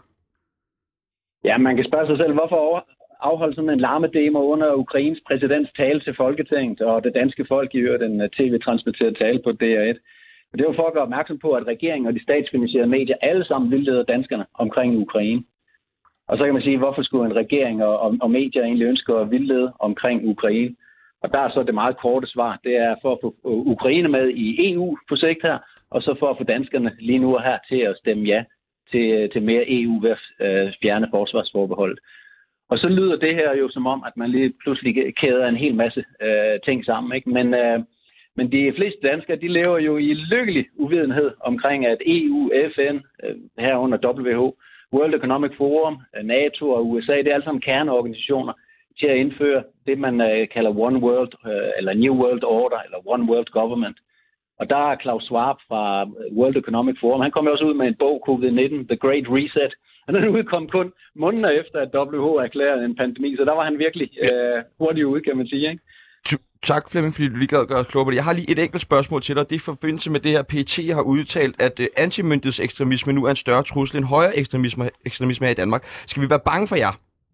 Ja, man kan spørge sig selv, hvorfor afholde sådan en larmedemo under Ukraines præsidents tale til Folketinget, og det danske folk i øvrigt en tv-transmitteret tale på DR1. Og det er jo for at gøre opmærksom på, at regeringen og de statsfinansierede medier alle sammen vildleder danskerne omkring Ukraine. Og så kan man sige, hvorfor skulle en regering og medier egentlig ønske at vildlede omkring Ukraine? Og der er så det meget korte svar. Det er for at få Ukraine med i EU på sigt her, og så for at få danskerne lige nu og her til at stemme ja til mere EU ved at fjerne forsvarsforbeholdet. Og så lyder det her jo som om, at man lige pludselig kæder en hel masse ting sammen, ikke? Men de fleste danskere, de lever jo i lykkelig uvidenhed omkring, at EU, FN, herunder WHO, World Economic Forum, NATO og USA, det er alle sammen kerneorganisationer til at indføre det, man kalder One World, eller New World Order, eller One World Government. Og der er Klaus Schwab fra World Economic Forum, han kom jo også ud med en bog, COVID-19, The Great Reset. Og den udkom kun måneder efter, at WHO erklærede en pandemi, så der var han virkelig hurtigt ude, kan man sige, ikke? Tak, Flemming, fordi du lige gad gøre os klogere på det. Jeg har lige et enkelt spørgsmål til dig. Det er i forbindelse med det her, PET har udtalt, at antimyndighedsekstremisme nu er en større trussel end højere ekstremisme her i Danmark. Skal vi være bange for jer?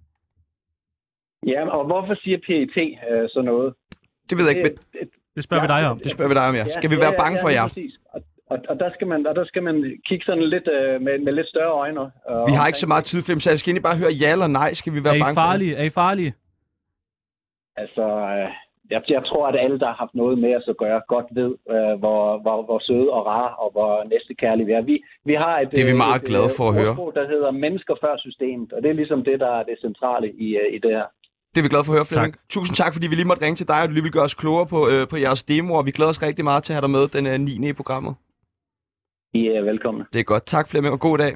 Ja, og hvorfor siger PET så noget? Det ved jeg ikke, men... Det spørger vi dig om. Det spørger vi dig om, ja. Skal vi være bange for jer? Præcis. Og der skal man kigge sådan lidt med lidt større øjne. Vi har ikke så meget tid, Flemming, så jeg skal egentlig bare høre ja eller nej. Skal vi være bange for jer? Er I farlige? Altså... Jeg tror, at alle, der har haft noget med os at gøre, godt ved, hvor søde og rare og hvor næstekærlige vi er. Vi har det er vi meget glade for at høre. Der hedder mennesker før systemet, og det er ligesom det, der er det centrale i det her. Det er vi glade for at høre, Flemming. Tusind tak, fordi vi lige måtte ringe til dig, og du lige vil gøre os klogere på jeres demo, og vi glæder os rigtig meget til at have dig med den 9. i programmet. I er velkomne. Det er godt. Tak, Flemming, og god dag.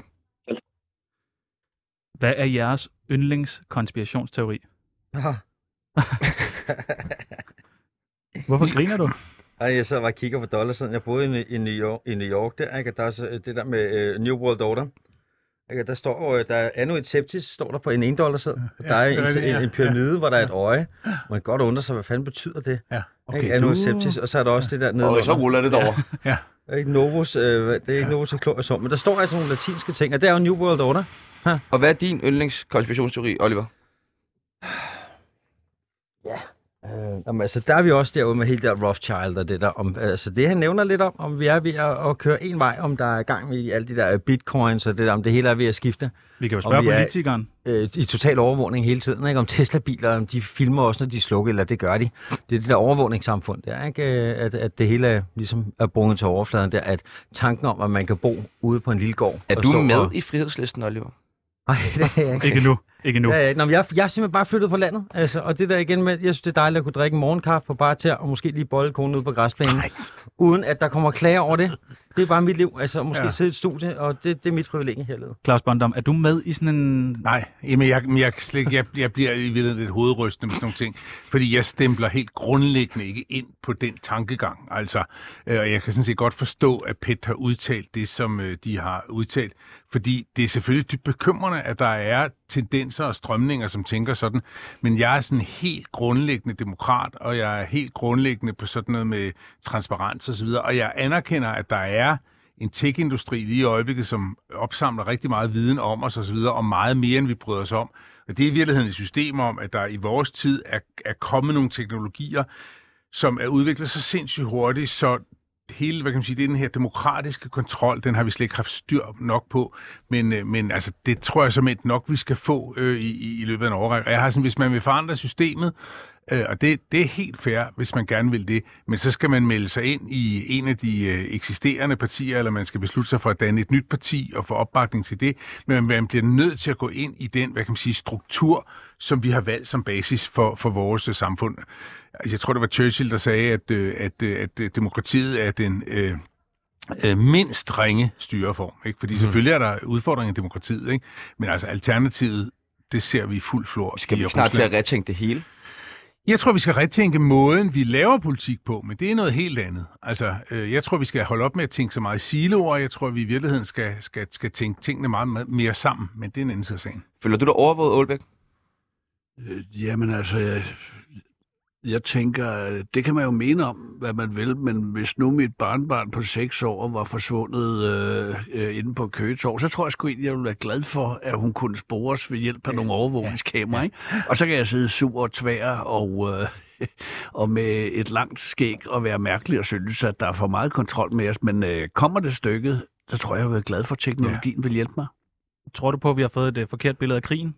Hvad er jeres yndlingskonspirationsteori? Hvorfor griner du? Jeg sidder bare og kigger på dollarsiden. Jeg boede i New York der, ikke? Der er så det der med New World Order. Ikke? Der står der er anno et septis, står der på en $1 der er en pyramide, hvor der er et øje. Man kan godt undre sig, hvad fanden betyder det? Ja. Okay, anno et septis, og så er der også det der nede. Og så ruller det derovre. Ja. Ikke Novus, det er ikke Novus og men der står altså nogle latinske ting, og det er jo New World Order. Og hvad er din yndlingskonspirationsteori, Oliver? Ja. Altså der er vi også derude med hele der Rothschild og det der om, altså det han nævner lidt om vi er ved at køre en vej, om der er gang i alle de der bitcoins og det der, om det hele er ved at skifte. Vi kan jo spørge politikeren. I total overvågning hele tiden, ikke? Om Tesla-biler, om de filmer også, når de slukker, eller det gør de. Det er det der overvågningssamfund der, ikke? At det hele er, ligesom er brunget til overfladen der, at tanken om, at man kan bo ude på en lille gård. Er du med i Frihedslisten, Oliver? Nej, det er jeg ikke. Ikke nu. Ja, jeg er simpelthen bare flyttet på landet, altså, og det der igen med, jeg synes, det er dejligt at kunne drikke en morgenkaffe på bare til, og måske lige bolle konen ud på græsplænen, uden at der kommer klager over det. Det er bare mit liv, altså måske sidde i et studie, og det er mit privilegie herlede. Claus Bondam, er du med i sådan en... Nej, men jeg bliver i virkeligheden lidt hovedrystende med sådan nogle ting, fordi jeg stempler helt grundlæggende ikke ind på den tankegang. Altså, og jeg kan sådan set godt forstå, at PET har udtalt det, som de har udtalt, fordi det er selvfølgelig dybt bekymrende, at der er tendenser og strømninger, som tænker sådan, men jeg er sådan helt grundlæggende demokrat, og jeg er helt grundlæggende på sådan noget med transparens og så videre, og jeg anerkender, at der er en tech-industri lige i øjeblikket, som opsamler rigtig meget viden om os og så videre, og meget mere, end vi bryder os om. Og det er i virkeligheden et system om, at der i vores tid er kommet nogle teknologier, som er udviklet så sindssygt hurtigt, så hele, hvad kan man sige, den her demokratiske kontrol, den har vi slet ikke haft styr nok på, men altså, det tror jeg simpelthen nok, vi skal få i løbet af en årrække. Jeg har sådan, hvis man vil forandre systemet, og det er helt fair, hvis man gerne vil det, men så skal man melde sig ind i en af de eksisterende partier, eller man skal beslutte sig for at danne et nyt parti og få opbakning til det, men man bliver nødt til at gå ind i den, hvad kan man sige, struktur, som vi har valgt som basis for vores samfund. Jeg tror, det var Churchill, der sagde, at demokratiet er den mindst ringe styreform, ikke? Fordi selvfølgelig er der udfordringer i demokratiet, ikke? Men altså alternativet, det ser vi i fuld flor. Skal vi snart til at retænke det hele? Jeg tror, vi skal retænke måden, vi laver politik på, men det er noget helt andet. Altså, jeg tror, vi skal holde op med at tænke så meget i siloer, og jeg tror, vi i virkeligheden skal tænke tingene meget mere sammen, men det er en anden side af sagen. Føler du dig overvåget, Aalbæk? Jamen altså, jeg tænker, det kan man jo mene om, hvad man vil, men hvis nu mit barnbarn på 6 år var forsvundet inde på Køgetorv, så tror jeg sgu egentlig, jeg ville være glad for, at hun kunne spores ved hjælp af nogle overvågningskameraer, ikke? Og så kan jeg sidde sur og tvær og med et langt skæg og være mærkelig og synes, at der er for meget kontrol med os, men kommer det stykket, så tror jeg vil være glad for, at teknologien vil hjælpe mig. Tror du på, at vi har fået et forkert billede af krigen?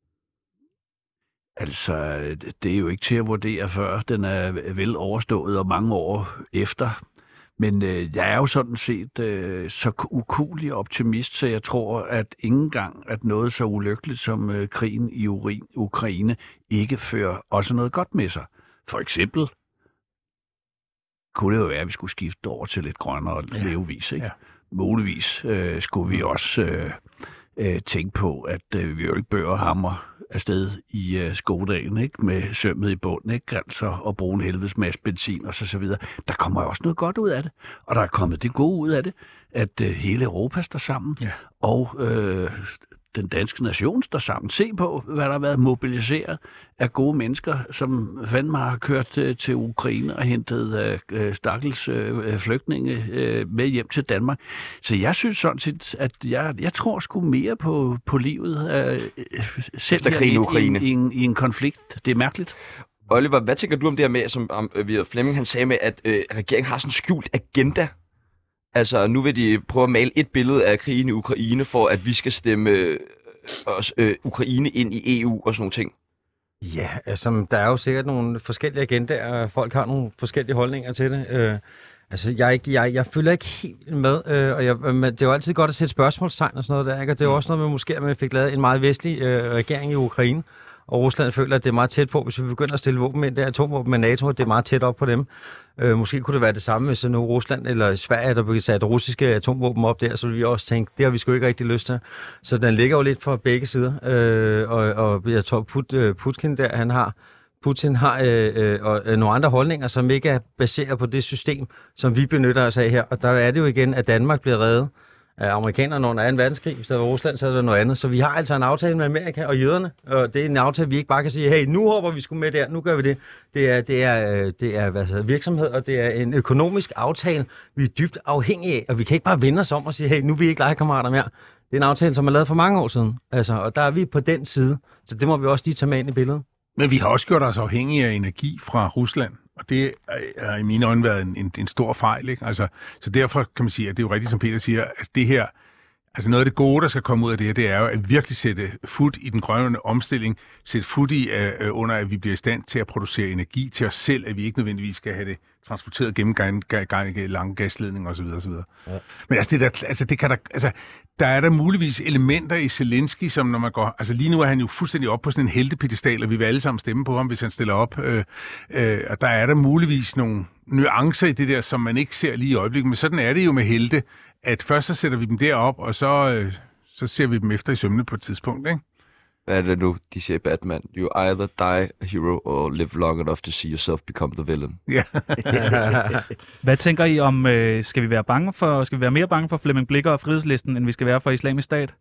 Altså, det er jo ikke til at vurdere, før den er vel overstået og mange år efter. Men jeg er jo sådan set så ukuelig optimist, så jeg tror, at ingen gang, at noget så ulykkeligt som krigen i Ukraine ikke fører også noget godt med sig. For eksempel kunne det jo være, at vi skulle skifte over til lidt grønnere levevis, ikke? Ja. Muligvis skulle vi også tænke på, at vi jo ikke bør hamre afsted i skodagen, ikke? Med sømmet i bunden, ikke? Altså, og bruge en helvedes masse benzin og så videre. Der kommer også noget godt ud af det. Og der er kommet det gode ud af det, at hele Europa står sammen, og den danske nation står sammen. Se på, hvad der har været mobiliseret af gode mennesker, som fandme har kørt til Ukraine og hentet stakkels flygtninge med hjem til Danmark. Så jeg synes sådan set, at jeg tror sgu mere på livet selv i en konflikt. Det er mærkeligt. Oliver, hvad tænker du om det her med, som Flemming han sagde med, at regeringen har sådan en skjult agenda? Altså, nu vil de prøve at male et billede af krigen i Ukraine, for at vi skal stemme Ukraine ind i EU og sådan nogle ting. Ja, altså, der er jo sikkert nogle forskellige agendaer, og folk har nogle forskellige holdninger til det. Altså, jeg følger ikke helt med, men det er jo altid godt at sætte spørgsmålstegn og sådan noget der, ikke? Og det er jo også noget med, måske, at man fik lavet en meget vestlig regering i Ukraine, og Rusland føler, at det er meget tæt på, hvis vi begynder at stille våben ind, der atomvåben med NATO, det er meget tæt op på dem. Måske kunne det være det samme, hvis nu Rusland eller Sverige, der bliver sat russiske atomvåben op der, så vil vi også tænke, det har vi sgu ikke rigtig lyst til. Så den ligger jo lidt fra begge sider, og jeg tror, Putin har nogle andre holdninger, som ikke er baseret på det system, som vi benytter os af her. Og der er det jo igen, at Danmark bliver reddet af amerikanerne under 2. verdenskrig. Hvis der var Rusland, så er der noget andet. Så vi har altså en aftale med Amerika og jøderne. Og det er en aftale, vi ikke bare kan sige, hey, nu hopper vi sgu med der, nu gør vi det. Det er virksomhed, og det er en økonomisk aftale, vi er dybt afhængige af. Og vi kan ikke bare vende os om og sige, hey, nu er vi ikke legekammerater mere. Det er en aftale, som er lavet for mange år siden. Altså, og der er vi på den side. Så det må vi også lige tage med ind i billedet. Men vi har også gjort os afhængige af energi fra Rusland, og det har i mine øjne været en stor fejl, ikke? Altså, så derfor kan man sige, at det er jo rigtigt, som Peter siger, at det her, altså noget af det gode, der skal komme ud af det her, det er jo at virkelig sætte fod i den grønne omstilling, sætte fod i under, at vi bliver i stand til at producere energi til os selv, at vi ikke nødvendigvis skal have det transporteret gennem lange gasledninger osv. osv. Ja. Men der er der muligvis elementer i Zelensky, som når man går, altså lige nu er han jo fuldstændig oppe på sådan en heltepedestal, og vi vil alle sammen stemme på ham, hvis han stiller op. Og der er der muligvis nogle nuancer i det der, som man ikke ser lige i øjeblikket, men sådan er det jo med helte, at først så sætter vi dem derop, og så ser vi dem efter i sømne på et tidspunkt, ikke? Hvad er det nu, de siger i Batman? You either die a hero or live long enough to see yourself become the villain. Ja. Hvad tænker I om, skal vi være mere bange for Flemming Blicher og Frihedslisten, end vi skal være for Islamisk Stat?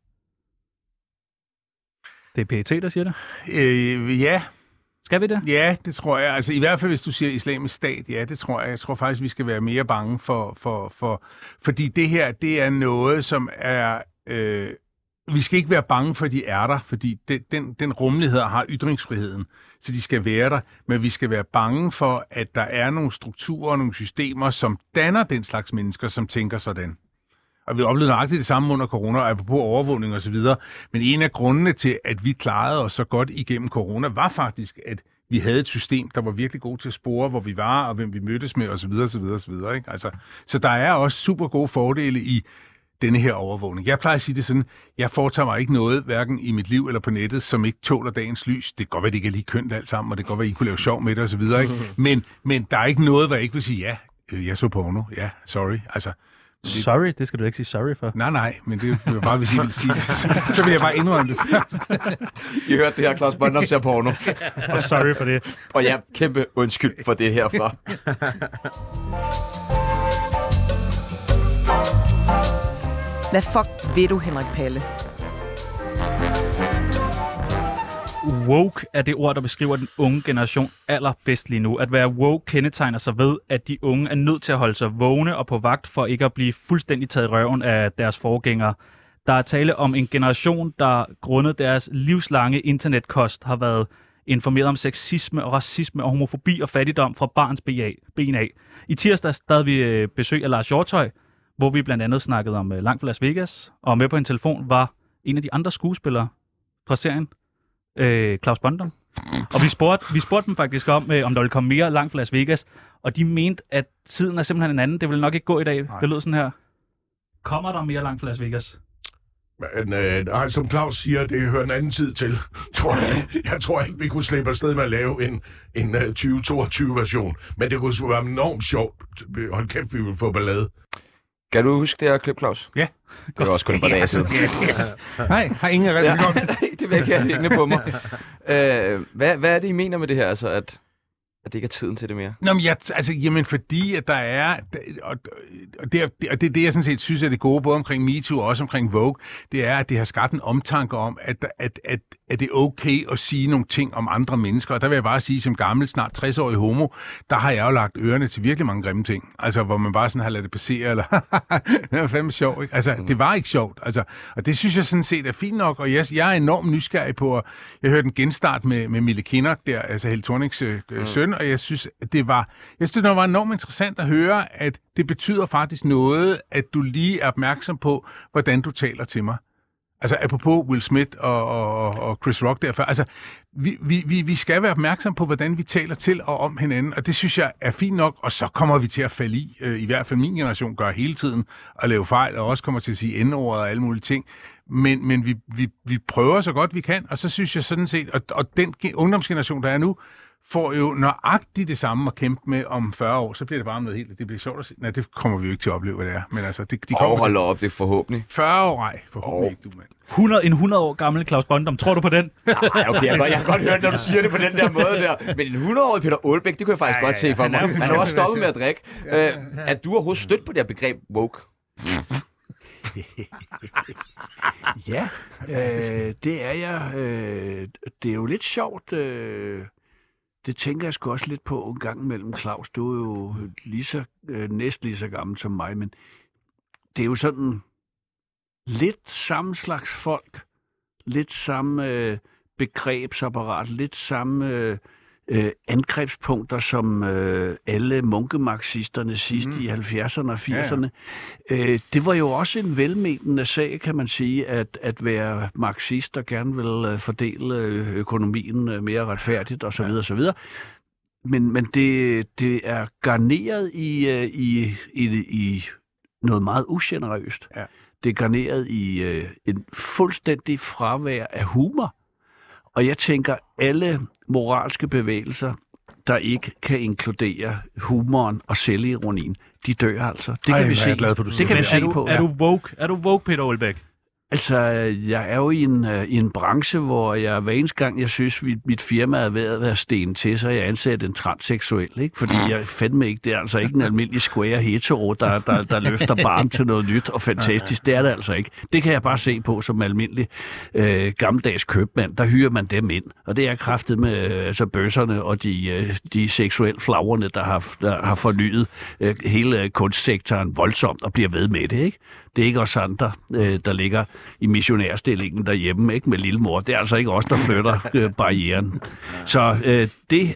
Det er PET, der siger det. Ja. Skal vi det? Ja, det tror jeg. Altså i hvert fald, hvis du siger Islamisk Stat, ja, det tror jeg. Jeg tror faktisk, vi skal være mere bange fordi det her, det er noget, som er... vi skal ikke være bange for, at de er der, fordi den rummelighed har ytringsfriheden. så de skal være der, men vi skal være bange for, at der er nogle strukturer og nogle systemer, som danner den slags mennesker, som tænker sådan. Og vi oplevede nøjagtigt det samme under corona, apropos overvågning og så videre. Men en af grundene til, at vi klarede os så godt igennem corona, var faktisk, at vi havde et system, der var virkelig god til at spore, hvor vi var, og hvem vi mødtes med, osv. Ikke? Altså, så der er også super gode fordele i denne her overvågning. Jeg plejer at sige det sådan, jeg foretager mig ikke noget, hverken i mit liv eller på nettet, som ikke tåler dagens lys. Det kan godt være, det ikke er lige kønt alt sammen, og det kan godt være, I kunne lave sjov med det, osv. Men der er ikke noget, hvor jeg ikke vil sige, ja, jeg så porno, ja, sorry. Altså, sorry? Det skal du ikke sige sorry for. Nej, men det er bare, hvis I vil sige det. Så vil jeg bare indrømme det først. I hørte det her, Claus Bondum ser porno. Og sorry for det. Og ja, kæmpe undskyld for det herfra. Hvad fuck ved du, Henrik Palle? Woke er det ord, der beskriver den unge generation allerbedst lige nu. At være woke kendetegner sig ved, at de unge er nødt til at holde sig vågne og på vagt for ikke at blive fuldstændig taget i røven af deres forgængere. Der er tale om en generation, der grundet deres livslange internetkost har været informeret om sexisme og racisme og homofobi og fattigdom fra barns ben af. I tirsdags havde vi besøg af Lars Hjortøj, hvor vi blandt andet snakkede om Langt fra Las Vegas, og med på en telefon var en af de andre skuespillere fra serien, Claus Bondum. Og vi spurgte dem faktisk om der ville komme mere Langt fra Las Vegas, og de mente, at tiden er simpelthen en anden. Det vil nok ikke gå i dag. Nej. Det lød sådan her. Kommer der mere Langt fra Las Vegas? Men som Claus siger, det hører en anden tid til, tror jeg. Jeg tror ikke, vi kunne slippe afsted med at lave en 2022-version. Men det kunne være enormt sjovt. Hold kæft, vi vil få ballade. Kan du huske det her klip, Claus? Ja. Det var også kun et par dage siden. Nej, har ingen rigtig godt. Det vil jeg ikke have hængende på mig. Hvad er det, I mener med det her, altså at det ikke er tiden til det mere? Nå, men jamen fordi, at der er, og det er det, jeg sådan set synes er det gode, både omkring MeToo og også omkring Vogue, det er, at det har skabt en omtanke om, at det er okay at sige nogle ting om andre mennesker. Og der vil jeg bare sige, som gammel, snart 60-årig homo, der har jeg jo lagt ørerne til virkelig mange grimme ting. Altså, hvor man bare sådan har ladet det passere, eller det var fandme sjovt, ikke? Altså, det var ikke sjovt. Altså, og det synes jeg sådan set er fint nok, og jeg er enormt nysgerrig på, jeg hørte en genstart med Mille Kinnock der, altså Helle Thornings søn, og jeg synes, det var enormt interessant at høre, at det betyder faktisk noget, at du lige er opmærksom på, hvordan du taler til mig. Altså apropos Will Smith og Chris Rock derfor. Altså, vi skal være opmærksom på, hvordan vi taler til og om hinanden, og det synes jeg er fint nok, og så kommer vi til at falde i hvert fald min generation gør hele tiden, at lave fejl, og også kommer til at sige N-ordet og alle mulige ting. Men vi prøver så godt vi kan, og så synes jeg sådan set, og den ungdomsgeneration, der er nu, får jo nøjagtigt det samme at kæmpe med om 40 år, så bliver det bare noget helt, det bliver sjovt at se. Nej, det kommer vi jo ikke til at opleve, hvad det er. Men altså, de kommer hold op, det er forhåbentlig. 40 år, ej, forhåbentlig ikke, du mand. En 100 år gammel Claus Bondum, tror du på den? Nej, okay, jeg kan godt høre, når du siger det på den der måde der. Men en 100-årig Peter Aalbæk, det kunne jeg faktisk godt se for mig. Han har også stoppet med at drikke. Er du overhovedet stødt på det her begreb woke? Ja, det er jeg. Det er jo lidt sjovt. Det tænker jeg sgu også lidt på en gang imellem, Claus. Du er jo næsten lige så gammel som mig, men det er jo sådan lidt samme slags folk, lidt samme begrebsapparat, lidt samme angrebspunkter som alle munkemarxisterne sidst i 70'erne og 80'erne. Ja. Det var jo også en velmenende sag, kan man sige, at være marxist og gerne vil fordele økonomien mere retfærdigt osv. osv. Men det er garneret i noget meget ugenerøst. Ja. Det er garneret i en fuldstændig fravær af humor. Og jeg tænker, alle moralske bevægelser, der ikke kan inkludere humoren og selvironien, de dør altså. Det kan vi se. Det kan vi se på. Er du woke, Peter Aalbæk? Altså, jeg er jo i en branche, hvor jeg hver eneste gang, jeg synes, mit firma er ved at være sten til, så jeg ansat en transseksuel, ikke? Fordi jeg fandme ikke, det er altså ikke en almindelig square hetero, der løfter barn til noget nyt og fantastisk. Det er det altså ikke. Det kan jeg bare se på som almindelig gammeldags købmand. Der hyrer man dem ind, og det er kraftet med altså bøsserne og de seksuelle flagrende, der har fornyet hele kunstsektoren voldsomt og bliver ved med det, ikke? Det er ikke os andre, der ligger i missionærstillingen derhjemme, ikke med lillemor. Det er altså ikke os, der flytter barrieren. Så det,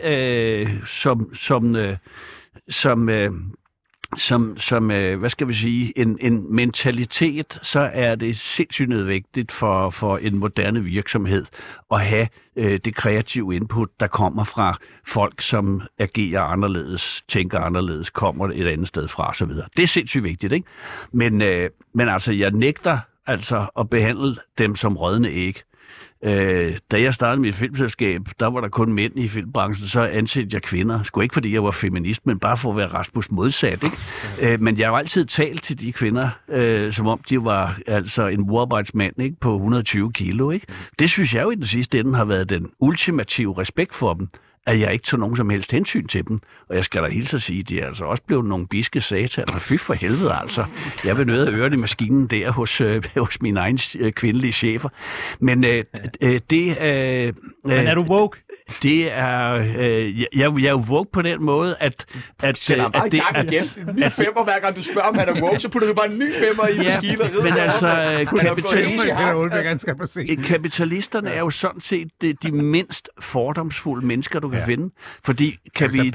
som hvad skal vi sige, en mentalitet, så er det sindssygt nødvendigt for en moderne virksomhed at have det kreative input, der kommer fra folk, som agerer anderledes, tænker anderledes, kommer et andet sted fra osv. Det er sindssygt vigtigt, ikke? Men altså, jeg nægter altså at behandle dem som rådne æg. Da jeg startede mit filmselskab, der var der kun mænd i filmbranchen, så ansatte jeg kvinder. Sgu ikke fordi jeg var feminist, men bare for at være Rasmus modsat, ikke? Men jeg har altid talt til de kvinder, som om de var altså en urarbejdsmand, ikke? På 120 kilo, ikke? Det synes jeg jo i den sidste ende har været den ultimative respekt for dem, at jeg ikke tog nogen som helst hensyn til dem. Og jeg skal da hilse at sige, at de er altså også blevet nogle biske sataner. Fy for helvede, altså. Jeg vil nødt at øre i maskinen der hos mine egne kvindelige chefer. Men men er du woke? Det er... jeg er jo woke på den måde, at sætter bare i gang igen. En ny femmer, hver gang du spørger, om han er woke, så putter du bare en ny femmer i maskinen. Men altså, kapitalisterne er jo sådan set de mindst fordomsfulde mennesker, du kan finde. Fordi kan vi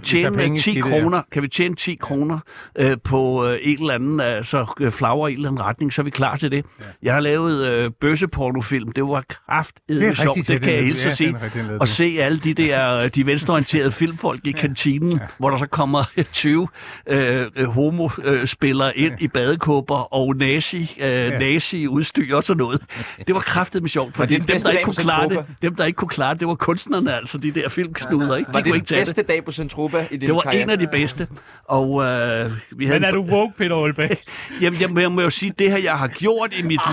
tjene 10 kroner på en eller anden, altså flagre i en eller anden retning, så er vi klar til det. Jeg har lavet bøssepornofilm. Det var kraftedeme sjovt, det kan jeg hilse at sige. Og se alle de venstreorienterede filmfolk i kantinen, hvor der så kommer 20 homospillere ind i badekåber og nazi-udstyr og sådan noget. Det var kraftedeme sjovt, fordi dem, der ikke kunne klare det, var kunstnerne, altså de der filmknuder, ikke? Var det den bedste dag på Centropa i din Det var karriere? En af de bedste. Og, men er du woke, Peter Aalbæk? Jamen, jeg må jo sige, det her, jeg har gjort i mit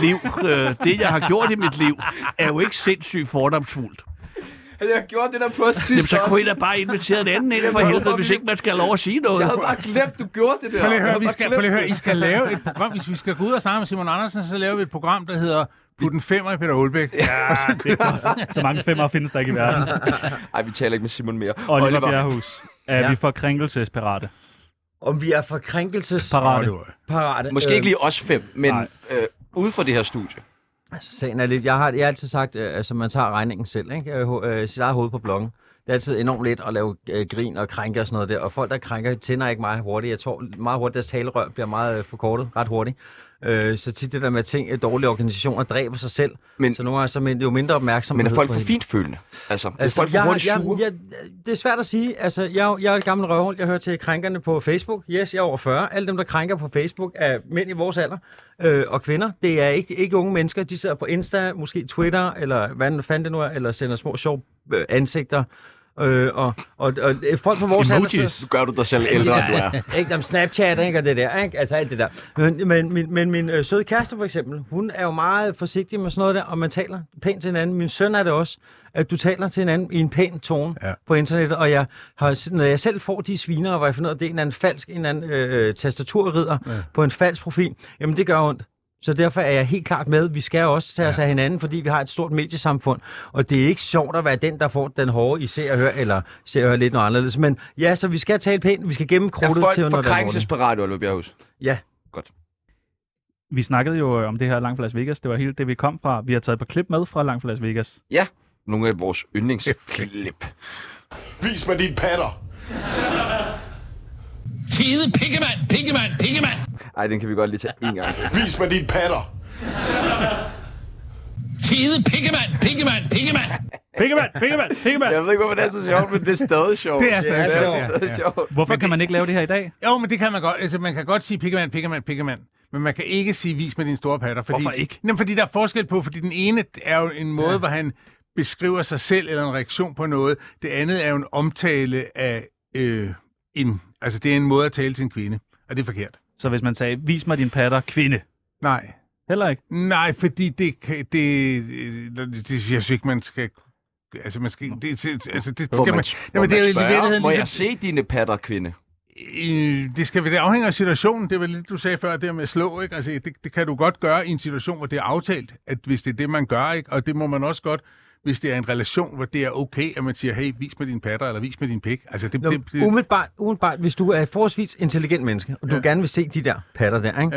liv, er jo ikke sindssygt fordomsfuldt. Jeg har gjort det der på sidst. Jamen, så kunne I da bare invitere en anden ind for helvede, hvis ikke man skal have lov at sige noget. Jeg havde bare glemt, du gjorde det der. Prøv lige at høre, I skal lave et program. Hvis vi skal gå ud og snakke med Simon Andersen, så laver vi et program, der hedder Put en femmer i Peter Aalbæk. Ja, det er godt. Så mange femmer findes der ikke i verden. Ej, vi taler ikke med Simon mere. Oliver Bjerrehus, er vi for krænkelsesparate? Om vi er for krænkelsesparate? Måske ikke lige os 5, men ude fra det her studie. Altså, sagen er lidt... Jeg har altid sagt, altså man tager regningen selv, ikke? Sit eget hoved på bloggen. Det er altid enormt let at lave grin og krænke og sådan noget der. Og folk, der krænker, tænder ikke meget hurtigt. Jeg tror meget hurtigt, deres talerør bliver meget forkortet ret hurtigt. Så tit det der med ting, dårlige organisationer dræber sig selv. Men, så nogle gange så er det jo mindre opmærksomhed. Men er folk for fint følende? Altså folk for hurtigt sure? Det er svært at sige. Altså, jeg er et gammelt røvhul. Jeg hører til krænkerne på Facebook. Yes, jeg er over 40. Alle dem, der krænker på Facebook, er mænd i vores alder. Og kvinder. Det er ikke unge mennesker. De sidder på Insta, måske Twitter, eller hvad fanden det nu er, eller sender små sjove ansigter. Og folk på vores alder... Så gør du dig selv ældre, end du er. Ikke, Snapchat, ikke, og det der, ikke? Altså alt det der. Men min søde kæreste for eksempel, hun er jo meget forsigtig med sådan noget der, og man taler pænt til hinanden. Min søn er det også, at du taler til hinanden i en pæn tone på internettet, og når jeg selv får de sviner, hvor jeg finder ud af, det er en eller anden tastaturridder på en falsk profil, jamen det gør ondt. Så derfor er jeg helt klart med. Vi skal også tage os af hinanden, fordi vi har et stort mediesamfund. Og det er ikke sjovt at være den, der får den hårde i Se og Hør, eller Se og Hør lidt noget anderledes. Men ja, så vi skal tale pænt. Vi skal gemme krudtet til, når der er krænkelsesparate, Oliver Bjerrehus? Ja. Godt. Vi snakkede jo om det her Langt fra Las Vegas. Det var helt det, vi kom fra. Vi har taget på klip med fra Langt fra Las Vegas. Ja, nogle af vores yndlingsklip. Vis mig dine patter. Fede pikkemand. Ej, den kan vi godt lige tage en gang. Vis mig dine patter. Fede pikkemand. Jeg ved ikke, hvorfor det er så sjovt, men det er stadig sjovt. Det er stadig sjovt. Hvorfor kan man ikke lave det her i dag? Jo, men det kan man godt. Altså, man kan godt sige pikkemand. Men man kan ikke sige, vis med dine store patter. Fordi, hvorfor ikke? Jamen, fordi der er forskel på, fordi den ene er jo en måde, hvor han beskriver sig selv, eller en reaktion på noget. Det andet er jo en omtale af altså, det er en måde at tale til en kvinde, og det er forkert. Så hvis man sagde, vis mig din patter, kvinde? Nej. Heller ikke? Nej, fordi det jeg synes ikke, man skal... Altså, man skal... Det skal man... Jamen, det er jo i virkeligheden... Må jeg se dine patter, kvinde? Det afhænger af situationen. Det var lidt, du sagde før, det med at slå, ikke? Altså, det kan du godt gøre i en situation, hvor det er aftalt, at hvis det er det, man gør, ikke? Og det må man også godt, hvis det er en relation, hvor det er okay, at man siger, hey, vis med din patter, eller vis med din pik. Altså, umiddelbart, hvis du er et forholdsvis intelligent menneske, og du gerne vil se de der patter der, ikke? Ja.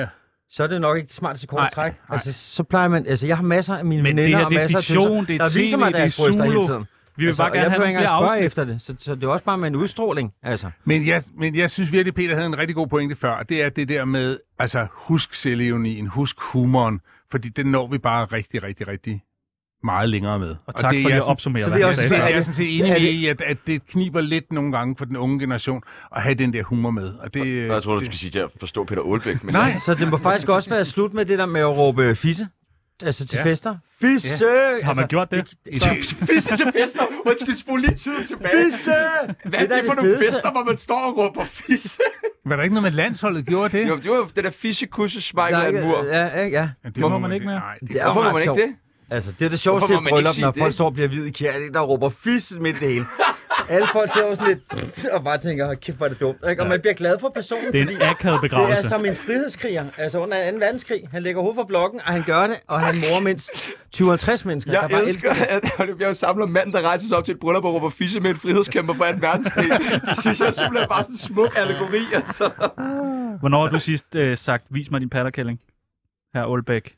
så er det nok ikke det smarteste kort at trække. Altså, så plejer man... Altså, jeg har masser af mine veninder og masser af fiktion, det er der viser mig deres bryster hele tiden. Vi vil bare gerne have nogle flere afsnit. Efter det, så det er også bare med en udstråling, altså. Men jeg synes virkelig, Peter havde en rigtig god pointe før, det er det der med, altså, husk selvironien, husk humoren, fordi den når vi bare rigtig, rigtig, rigtig meget længere med. Og tak for at opsummere, hvad jeg sagde. Jeg er sådan set enig i, at det kniber lidt nogle gange for den unge generation at have den der humor med. Og det, jeg tror, du skal sige til at forstå Peter Aalbæk. Men nej, så det må faktisk også være slut med det der med at råbe fisse. Altså til fester. Fisse! Ja. Har man gjort det? Fisse til fester? Undskyld, spole lige tiden tilbage. Fisse! Hvad er det for nogle fester, hvor man står og råber fisse? Var der ikke noget med landsholdet gjorde det? Jo, det var det der fissekusse smile af en mur. Ja. Det må man ikke mere. Hvorfor må man ikke det? Altså, det er det sjoveste i bryllup, når folk står og bliver hvide i kjærlighed, der råber fisse midt i det hele. Alle folk ser også lidt og bare tænker, kæft, hvor er det dumt. Ikke? Og man bliver glad for personen, det er en akavet begravelse. Det er som en frihedskriger, altså under 2. verdenskrig. Han lægger hovedet for blokken, og han gør det, og han morer mindst 20-50 mennesker. Jeg elsker, at jeg samler manden, der rejser sig op til et bryllup og råber fisse med en frihedskæmper fra 2. verdenskrig. Det synes jeg simpelthen bare sådan en smuk allegori, altså. Hvornår har du sidst sagt, vis mig din patterkælling, hr. Aalbæk?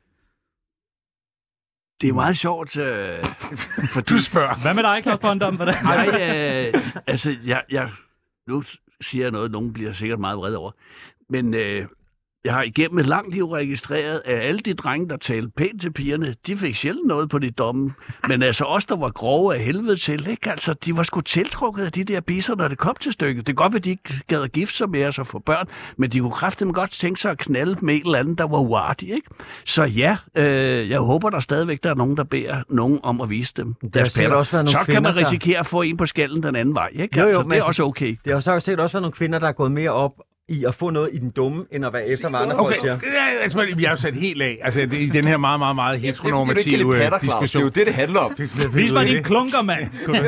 Det er meget sjovt, for du spørger. Hvad med dig, Claus Bondam? Altså, nu siger jeg noget, nogen bliver sikkert meget vrede over, men jeg har igennem et langt liv registreret, at alle de drenge, der talte pænt til pigerne, de fik sjældent noget på de domme. Men altså os, der var grove af helvede til, ikke? Altså, de var sgu tiltrukket af de der bisser, når det kom til stykket. Det er godt, at de ikke gad at gifte sig med os og få børn, men de kunne kraftedeme godt tænke sig at knalde med et eller andet, der var uartig, ikke? Så ja, jeg håber der stadigvæk, der er nogen, der beder nogen om at vise dem deres patter. Så kan man risikere at få en på skallen den anden vej, ikke? Jo, altså, det er også okay. Det har så sikkert også været nogle kvinder, der er gået mere op i at få noget i den dumme, end at være efter, hvad andre folk siger. Okay, jeg har sat helt af. Altså, i den her meget, meget, meget heteronormative diskussion. Det er jo det handler om. Vis mig din klunker, mand!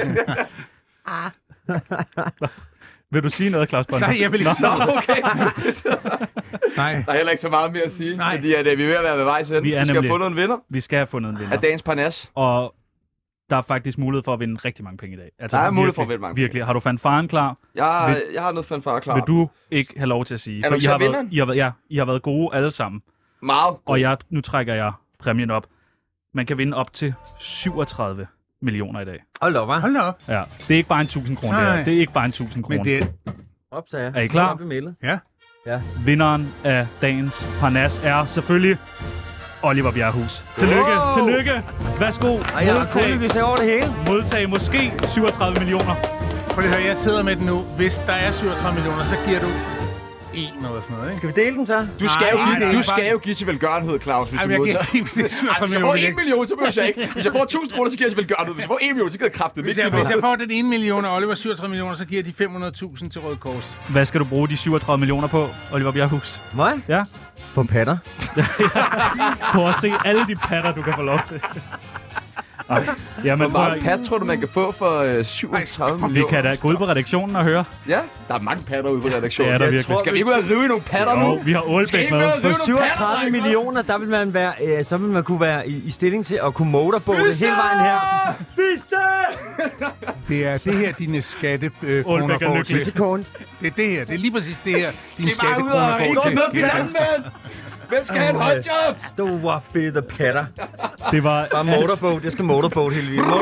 Vil du sige noget, Claus Bondam? Nej, jeg vil ikke sige noget. Okay. Nej. Der er heller ikke så meget mere at sige, fordi vi er ved at være ved vejs hen. Vi skal have fundet en vinder. Vi skal have fundet en vinder. Af dagens parnas. Og der er faktisk mulighed for at vinde rigtig mange penge i dag. Altså, der er mulighed for at vinde mange penge. Virkelig. Har du fanfaren klar? Jeg har noget fanfare klar. Vil du ikke have lov til at sige? For I har været gode alle sammen. Meget gode. Og nu trækker jeg præmien op. Man kan vinde op til 37 millioner i dag. Hold op, hva'? Hold op. Ja, det er ikke bare en 1000 kroner. Det er ikke bare en 1000 kroner. Men det er... Er I klar? Ja. Vinderen af dagens parnas er selvfølgelig Oliver Bjerrehus. Tillykke. Værsgo. Modtag måske 37 millioner. Prøv at høre, jeg sidder med den nu. Hvis der er 37 millioner, så giver du en eller sådan noget, ikke? Skal vi dele den så? Du skal jo give til velgørenhed, Claus, hvis du modtager. Hvis jeg får 1 million, så behøver jeg ikke. Hvis jeg får 1000 kroner, så giver jeg til velgørenhed. Hvis jeg får 1 million, så giver jeg kraftigt. Hvis jeg får den 1 million, og Oliver 37 millioner, så giver de 500.000 til Røde Kors. Hvad skal du bruge de 37 millioner på, Oliver Bjerrehus? Mig? Ja. På patter. På at se alle de patter, du kan få lov til. Hvor meget pat tror du, man kan få for 37 millioner? Vi kan da gå ud på redaktionen og høre. Ja, der er mange patter ude på redaktionen. Ja, der virkelig. Skal vi ikke ud og rive nogle patter nu? Vi har Aalbæk med. På 37 millioner, der vil man være, så vil man kunne være i stilling til at kunne motorboge hele vejen her. Visse! Det er det her, dine skattekroner får til. Det er det her. Det er lige præcis det her, dine skattekroner får til. Hvem skal have en hotjob? Store fede patter. Det var... Bare motorboat. Jeg skal motorboat hele tiden.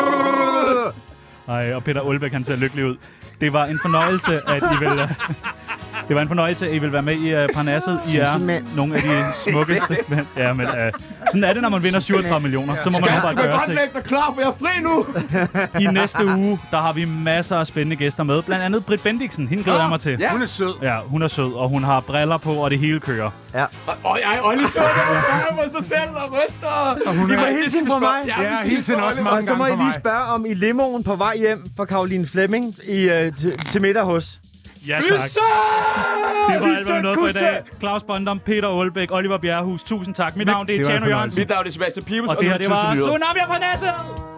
Ej, og Peter Aalbæk, han ser lykkelig ud. Det var en fornøjelse, at I vil... Det var en fornøjelse, at I vil være med i Parnasset. I er nogle af de smukkeste. Ja, men sådan er det, når man vinder 37 millioner. Så må man bare gøre ting. Jeg er klar, for jeg er fri nu. I næste uge, der har vi masser af spændende gæster med. Blandt andet Britt Bendiksen. Hende glæder jeg mig til. Ja. Hun er sød. Ja, hun er sød, og hun har briller på, og det hele kører. Ja. Og lige så det på sig selv og ryster. Og hun er hilsen fra mig. Ja, hilsen også mange gange. Og så må I lige spørge om i limoen på vej hjem fra Caroline Fleming til middag hos. Ja, tak. Det var alt, hvad vi nåede for i dag. Claus Bondam, Peter Aalbæk, Oliver Bjerrehus. Tusind tak. Mit navn det er Tjerno Jørgensen. Mit navn er Sebastian Pibels. Og det her, det var Tsunami på Parnasset.